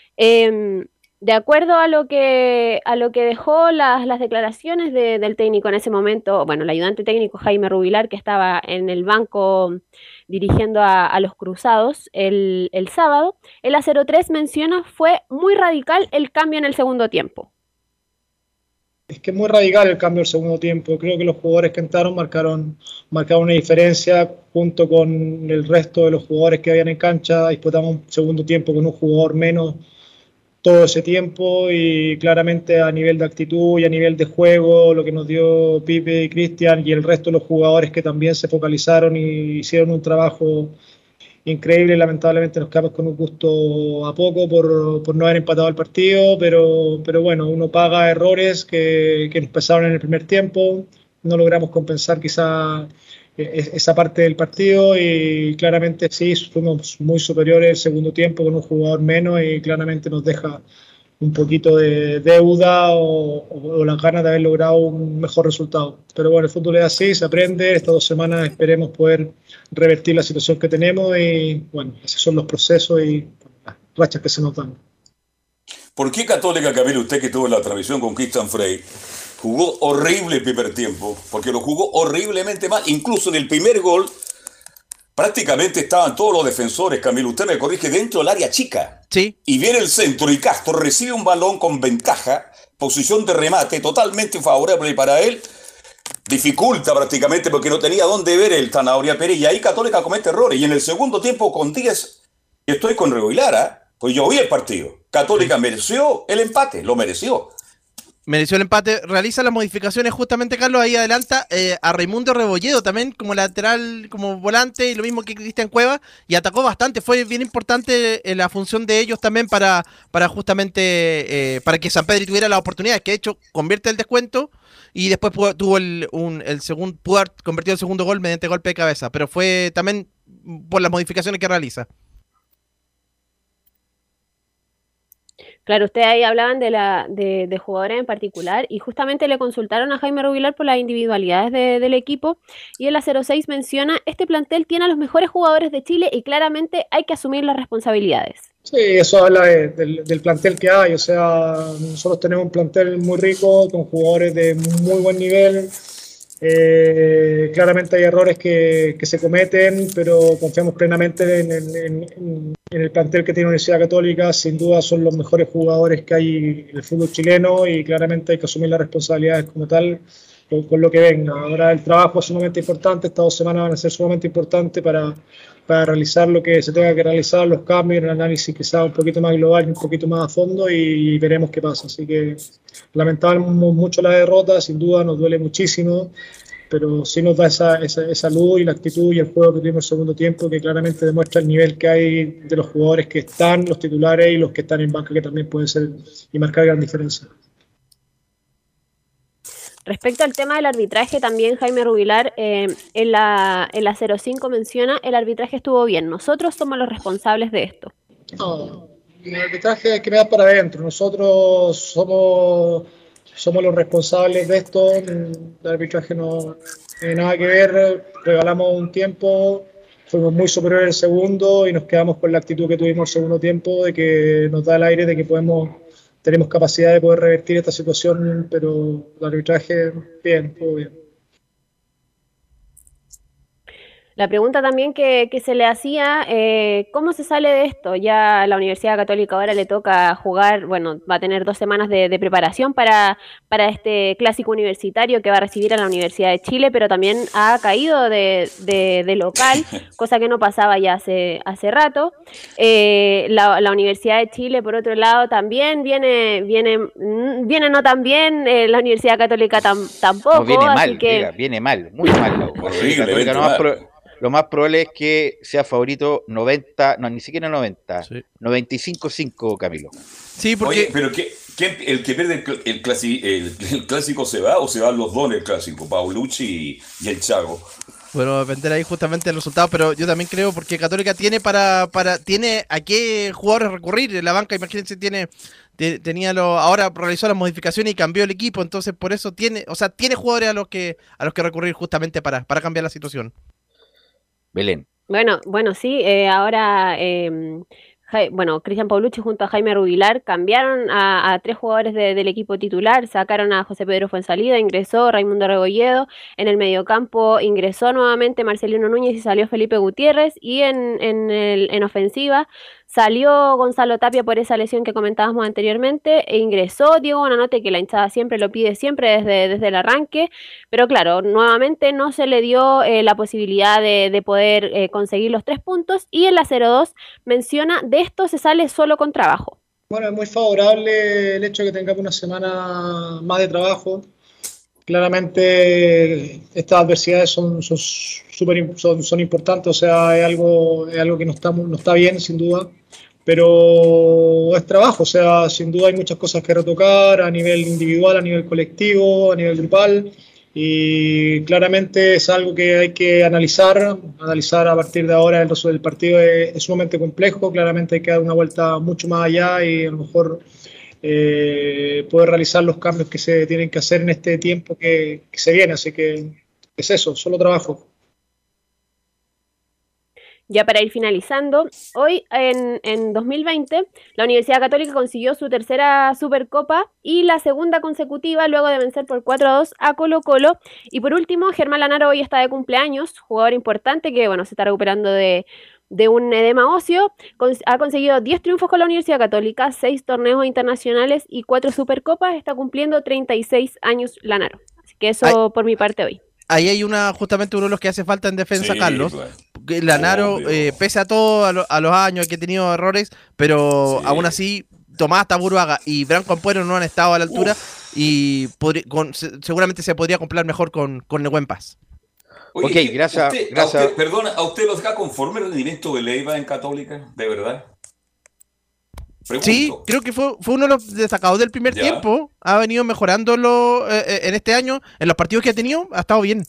S5: De acuerdo a lo que dejó las declaraciones del técnico en ese momento, bueno, el ayudante técnico Jaime Rubilar, que estaba en el banco dirigiendo a los cruzados el sábado, el A03 menciona: fue muy radical el cambio en el segundo tiempo.
S19: Es que es muy radical el cambio del segundo tiempo. Creo que los jugadores que entraron marcaron una diferencia junto con el resto de los jugadores que habían en cancha. Disputamos un segundo tiempo con un jugador menos todo ese tiempo, y claramente a nivel de actitud y a nivel de juego, lo que nos dio Pipe y Cristian y el resto de los jugadores que también se focalizaron y hicieron un trabajo increíble. Lamentablemente nos quedamos con un gusto a poco por no haber empatado el partido, pero bueno, uno paga errores que nos pesaron en el primer tiempo. No logramos compensar quizá esa parte del partido, y claramente sí, fuimos muy superiores el segundo tiempo con un jugador menos, y claramente nos deja un poquito de deuda o las ganas de haber logrado un mejor resultado. Pero bueno, el fútbol es así, se aprende. Estas 2 semanas esperemos poder revertir la situación que tenemos, y bueno, esos son los procesos y las rachas que se nos dan.
S2: ¿Por qué Católica, Camilo, usted que tuvo la transmisión con Christian Frey, jugó horrible el primer tiempo? Porque lo jugó horriblemente mal. Incluso en el primer gol prácticamente estaban todos los defensores, Camilo, usted me corrige, dentro del área chica.
S7: Sí.
S2: Y viene el centro y Castro recibe un balón con ventaja, posición de remate totalmente favorable para él. Dificulta prácticamente porque no tenía dónde ver el Zanahoria Pérez, y ahí Católica comete errores. Y en el segundo tiempo con 10, estoy con Regoilara, pues yo vi el partido. Católica mereció el empate, lo mereció.
S7: Mereció el empate, realiza las modificaciones justamente, Carlos, ahí adelanta a Raimundo Rebolledo también como lateral, como volante, y lo mismo que Cristian Cueva, y atacó bastante. Fue bien importante la función de ellos también para justamente para que Sampedri tuviera la oportunidad, que de hecho convierte el descuento y después pudo haber convertido el segundo gol mediante golpe de cabeza, pero fue también por las modificaciones que realiza.
S5: Claro, ustedes ahí hablaban de jugadores en particular y justamente le consultaron a Jaime Rubilar por las individualidades del equipo y en la 06 menciona, este plantel tiene a los mejores jugadores de Chile y claramente hay que asumir las responsabilidades.
S19: Sí, eso habla del plantel que hay, o sea, nosotros tenemos un plantel muy rico, con jugadores de muy buen nivel. Claramente hay errores que se cometen, pero confiamos plenamente en el plantel que tiene la Universidad Católica. Sin duda son los mejores jugadores que hay en el fútbol chileno y claramente hay que asumir las responsabilidades como tal con lo que venga. Ahora el trabajo es sumamente importante, estas 2 semanas van a ser sumamente importantes para realizar lo que se tenga que realizar, los cambios, el análisis quizá un poquito más global y un poquito más a fondo y veremos qué pasa. Así que lamentamos mucho la derrota, sin duda nos duele muchísimo, pero sí nos da esa luz y la actitud y el juego que tuvimos en el segundo tiempo, que claramente demuestra el nivel que hay de los jugadores que están, los titulares y los que están en banca, que también pueden ser y marcar gran diferencia.
S5: Respecto al tema del arbitraje, también Jaime Rubilar en la 05 menciona, el arbitraje estuvo bien, nosotros somos los responsables de esto.
S19: No, el arbitraje hay que mirar para adentro, nosotros somos los responsables de esto, el arbitraje no tiene nada que ver, regalamos un tiempo, fuimos muy superiores el segundo y nos quedamos con la actitud que tuvimos el segundo tiempo, de que nos da el aire de que tenemos capacidad de poder revertir esta situación, pero el arbitraje, bien, todo bien.
S5: La pregunta también que se le hacía, ¿cómo se sale de esto? Ya la Universidad Católica ahora le toca jugar, bueno, va a tener 2 semanas de preparación para este clásico universitario que va a recibir a la Universidad de Chile, pero también ha caído de local, cosa que no pasaba ya hace rato. La Universidad de Chile, por otro lado, también viene no tan bien, la Universidad Católica tampoco.
S9: No, viene
S5: así
S9: mal,
S5: que...
S9: diga, viene mal, muy mal. Lo más probable es que sea favorito 90, no, ni siquiera 90, sí. 95-5, Camilo.
S7: Sí, porque...
S2: Oye, pero el que pierde el clásico se va o se van los dos en el clásico, Paulucci y el Chago.
S7: Bueno, depender ahí justamente del resultado, pero yo también creo porque Católica tiene tiene a qué jugadores recurrir en la banca, imagínense, ahora realizó las modificaciones y cambió el equipo, entonces por eso tiene jugadores a los que recurrir justamente para cambiar la situación.
S9: Belén.
S5: Bueno, sí, ahora Cristian Paulucci junto a Jaime Rubilar cambiaron a 3 jugadores del equipo titular, sacaron a José Pedro Fuenzalida, ingresó Raimundo Rebolledo, en el mediocampo ingresó nuevamente Marcelino Núñez y salió Felipe Gutiérrez, y en ofensiva salió Gonzalo Tapia por esa lesión que comentábamos anteriormente, e ingresó Diego Bonanote, que la hinchada siempre lo pide, siempre desde el arranque, pero claro, nuevamente no se le dio la posibilidad de poder conseguir los 3 puntos, y en la 02 menciona, de esto se sale solo con trabajo.
S19: Bueno, es muy favorable el hecho de que tengamos una semana más de trabajo. Claramente estas adversidades son importantes, o sea, es algo que no está bien, sin duda, pero es trabajo, o sea, sin duda hay muchas cosas que retocar a nivel individual, a nivel colectivo, a nivel grupal, y claramente es algo que hay que analizar a partir de ahora. El resto del partido es sumamente complejo, claramente hay que dar una vuelta mucho más allá y a lo mejor poder realizar los cambios que se tienen que hacer en este tiempo que se viene, así que es eso, solo trabajo.
S5: Ya para ir finalizando, hoy en 2020 la Universidad Católica consiguió su 3ª Supercopa y la 2ª consecutiva luego de vencer por 4-2 a Colo-Colo. Y por último, Germán Lanaro hoy está de cumpleaños, jugador importante que se está recuperando de un edema óseo, ha conseguido 10 triunfos con la Universidad Católica, 6 torneos internacionales y 4 Supercopas, está cumpliendo 36 años Lanaro. Así que eso por mi parte hoy.
S7: Ahí hay justamente uno de los que hace falta en defensa, sí, Carlos. Claro. Lanaro, pese a todo, a los años que ha tenido errores, pero sí, aún así, Tomás Taburuaga y Branco Ampuero no han estado a la altura y seguramente se podría comprar mejor con Nehuen Paz.
S2: Oye, ok, gracias. Perdona, ¿a usted lo deja conforme el rendimiento de Leiva en Católica? ¿De verdad? Pregunto.
S7: Sí, creo que fue uno de los destacados del primer tiempo. Ha venido mejorándolo en este año. En los partidos que ha tenido, ha estado bien.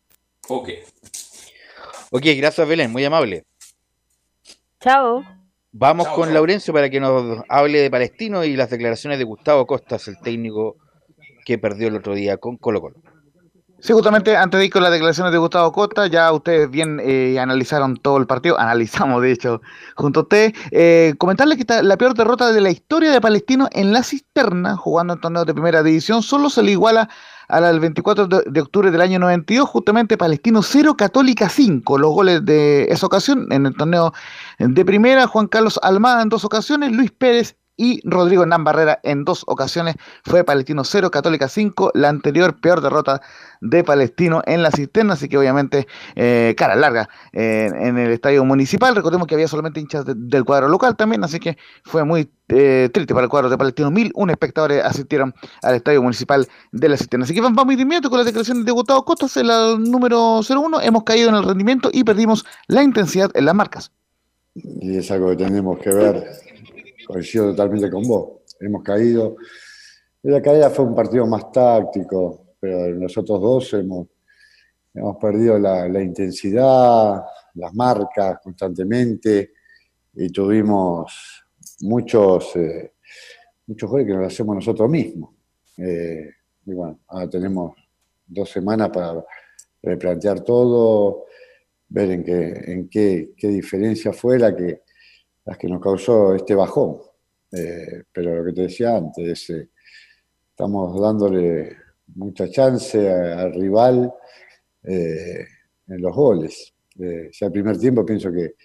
S9: Ok, gracias, Belén, muy amable.
S5: Chao.
S9: Vamos con Laurencio para que nos hable de Palestino y las declaraciones de Gustavo Costas, el técnico que perdió el otro día con Colo-Colo.
S6: Sí, justamente antes de ir con las declaraciones de Gustavo Costa, ya ustedes bien analizaron todo el partido, analizamos de hecho junto a ustedes, comentarles que está la peor derrota de la historia de Palestino en la cisterna, jugando en torneos de primera división, solo se le iguala a la del 24 de octubre del año 92, justamente Palestino 0, Católica 5, los goles de esa ocasión en el torneo de primera, Juan Carlos Almada en 2 ocasiones, Luis Pérez y Rodrigo Hernán Barrera en 2 ocasiones. Fue Palestino 0, Católica 5, la anterior peor derrota de Palestino en la cisterna, así que obviamente cara larga en el estadio municipal. Recordemos que había solamente hinchas del cuadro local también, así que fue muy triste para el cuadro de Palestino. 1.001 espectadores asistieron al estadio municipal de la cisterna. Así que vamos de inmediato con las declaraciones de Gustavo Costas en la número 01. Hemos caído en el rendimiento y perdimos la intensidad en las marcas.
S20: Y es algo que tenemos que ver. Coincido totalmente con vos. Hemos caído. La caída fue un partido más táctico, pero nosotros dos hemos perdido la intensidad, las marcas constantemente, y tuvimos muchos goles que nos hacemos nosotros mismos. Y bueno, ahora tenemos 2 semanas para replantear todo, ver en qué diferencia fue las que nos causó este bajón. Pero lo que te decía antes, estamos dándole mucha chance al rival en los goles. Ya el primer tiempo pienso que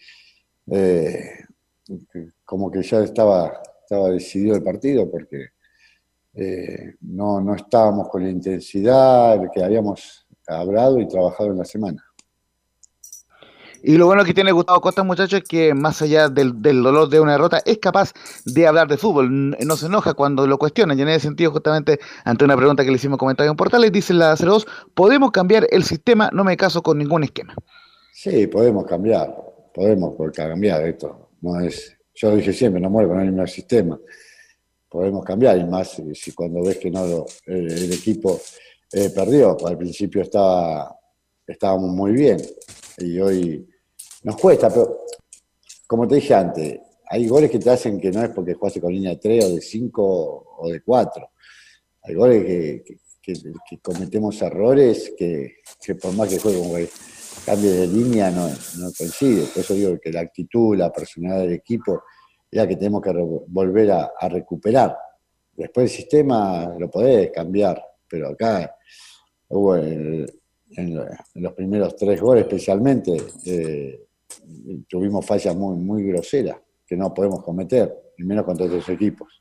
S20: como que ya estaba decidido el partido, porque no estábamos con la intensidad que habíamos hablado y trabajado en la semana.
S6: Y lo bueno que tiene Gustavo Costa, muchachos, es que más allá del dolor de una derrota, es capaz de hablar de fútbol. No se enoja cuando lo cuestionan. Y en ese sentido, justamente, ante una pregunta que le hicimos comentario en Portales, dice la 02, ¿podemos cambiar el sistema? No me caso con ningún esquema.
S20: Sí, podemos cambiar. Podemos cambiar esto. No es, yo lo dije siempre, no muero con el mismo sistema. Podemos cambiar, y más si cuando ves que el equipo perdió. Al principio estábamos muy bien. Y hoy nos cuesta, pero como te dije antes, hay goles que te hacen que no es porque jugaste con línea de 3 o de 5 o de 4. Hay goles que cometemos errores que por más que juegue cambie de línea no coincide. Por eso digo que la actitud, la personalidad del equipo es la que tenemos que volver a recuperar. Después el sistema lo podés cambiar, pero acá hubo en los primeros 3 goles especialmente, tuvimos fallas muy groseras que no podemos cometer, y menos contra otros equipos.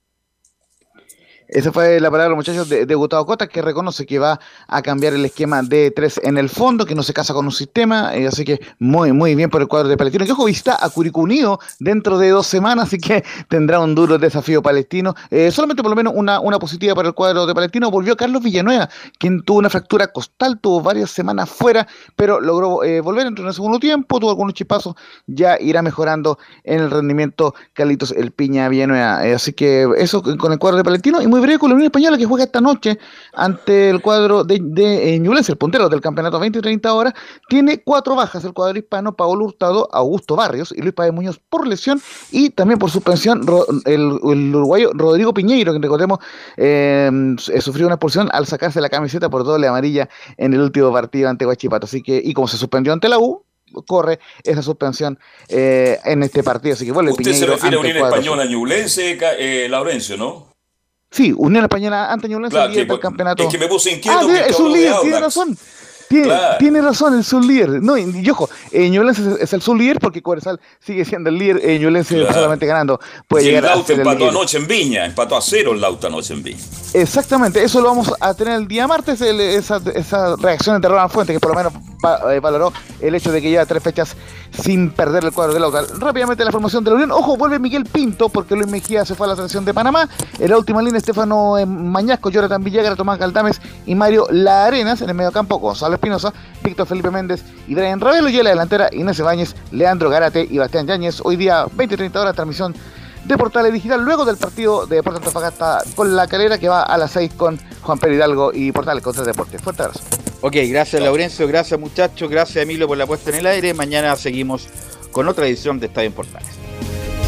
S6: Esa fue la palabra, muchachos, de Gustavo Costa, que reconoce que va a cambiar el esquema de 3 en el fondo, que no se casa con un sistema, así que muy bien por el cuadro de Palestino, que ojo, visita a Curicó Unido dentro de 2 semanas, así que tendrá un duro desafío Palestino. Solamente por lo menos una positiva para el cuadro de Palestino. Volvió Carlos Villanueva, quien tuvo una fractura costal, tuvo varias semanas fuera, pero logró volver, entró en el segundo tiempo, tuvo algunos chispazos, ya irá mejorando en el rendimiento Carlitos El Piña Villanueva, así que eso con el cuadro de Palestino. Y muy breve con la Unión Española, que juega esta noche ante el cuadro de Ñublense, el puntero del campeonato 20 y 30 horas. Tiene 4 bajas el cuadro hispano: Paolo Hurtado, Augusto Barrios y Luis Páez Muñoz por lesión, y también por suspensión el uruguayo Rodrigo Piñeiro, que recordemos sufrió una expulsión al sacarse la camiseta por doble amarilla en el último partido ante Huachipato. Así que, y como se suspendió ante la U, corre esa suspensión en este partido. Así que vuelve
S2: Usted
S6: Piñeiro.
S2: ¿Usted se refiere a Unión Española Ñublense, Laurencio, no?
S6: Sí, Unión Española ante Ñublense,
S2: claro,
S6: líder del campeonato.
S2: Es que me puse inquieto.
S6: Es un líder, tiene razón. Tiene razón, el sublíder. No, y ojo, Ñublense es el sublíder porque Cobresal sigue siendo el líder. Ñublense solamente ganando puede llegar a ser el líder.
S2: Empató anoche en Viña, empató a 0 el Lauta anoche en Viña.
S6: Exactamente, eso lo vamos a tener el día martes, esa reacción de Ronald Fuentes, que por lo menos valoró el hecho de que lleva 3 fechas sin perder el cuadro del Lauta. Rápidamente la formación de la Unión. Ojo, vuelve Miguel Pinto, porque Luis Mejía se fue a la selección de Panamá. En la última línea, Estefano Mañasco, Jonathan Villagra, Tomás Galdames y Mario Larenas. En el mediocampo, Gonzalo Espinosa, Víctor Felipe Méndez y Brian Ravelo. Y en la delantera, Inés Ibáñez, Leandro Garate y Bastián Yáñez. Hoy día 20-30 horas, transmisión de Portales Digital, luego del partido de Deportes Antofagasta con La Calera, que va a las 6 con Juan Pedro Hidalgo y Portales contra Deportes. Fuerte abrazo.
S9: Ok, gracias Laurencio, gracias muchachos, gracias Emilio por la puesta en el aire. Mañana seguimos con otra edición de Estadio en Portales.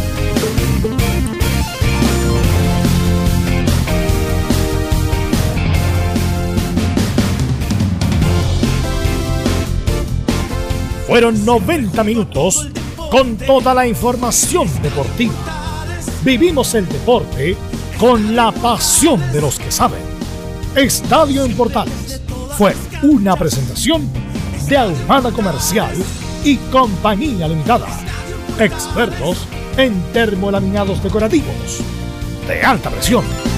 S1: Fueron 90 minutos con toda la información deportiva. Vivimos el deporte con la pasión de los que saben. Estadio en Portales fue una presentación de Ahumada Comercial y Compañía Limitada. Expertos en termolaminados decorativos de alta presión.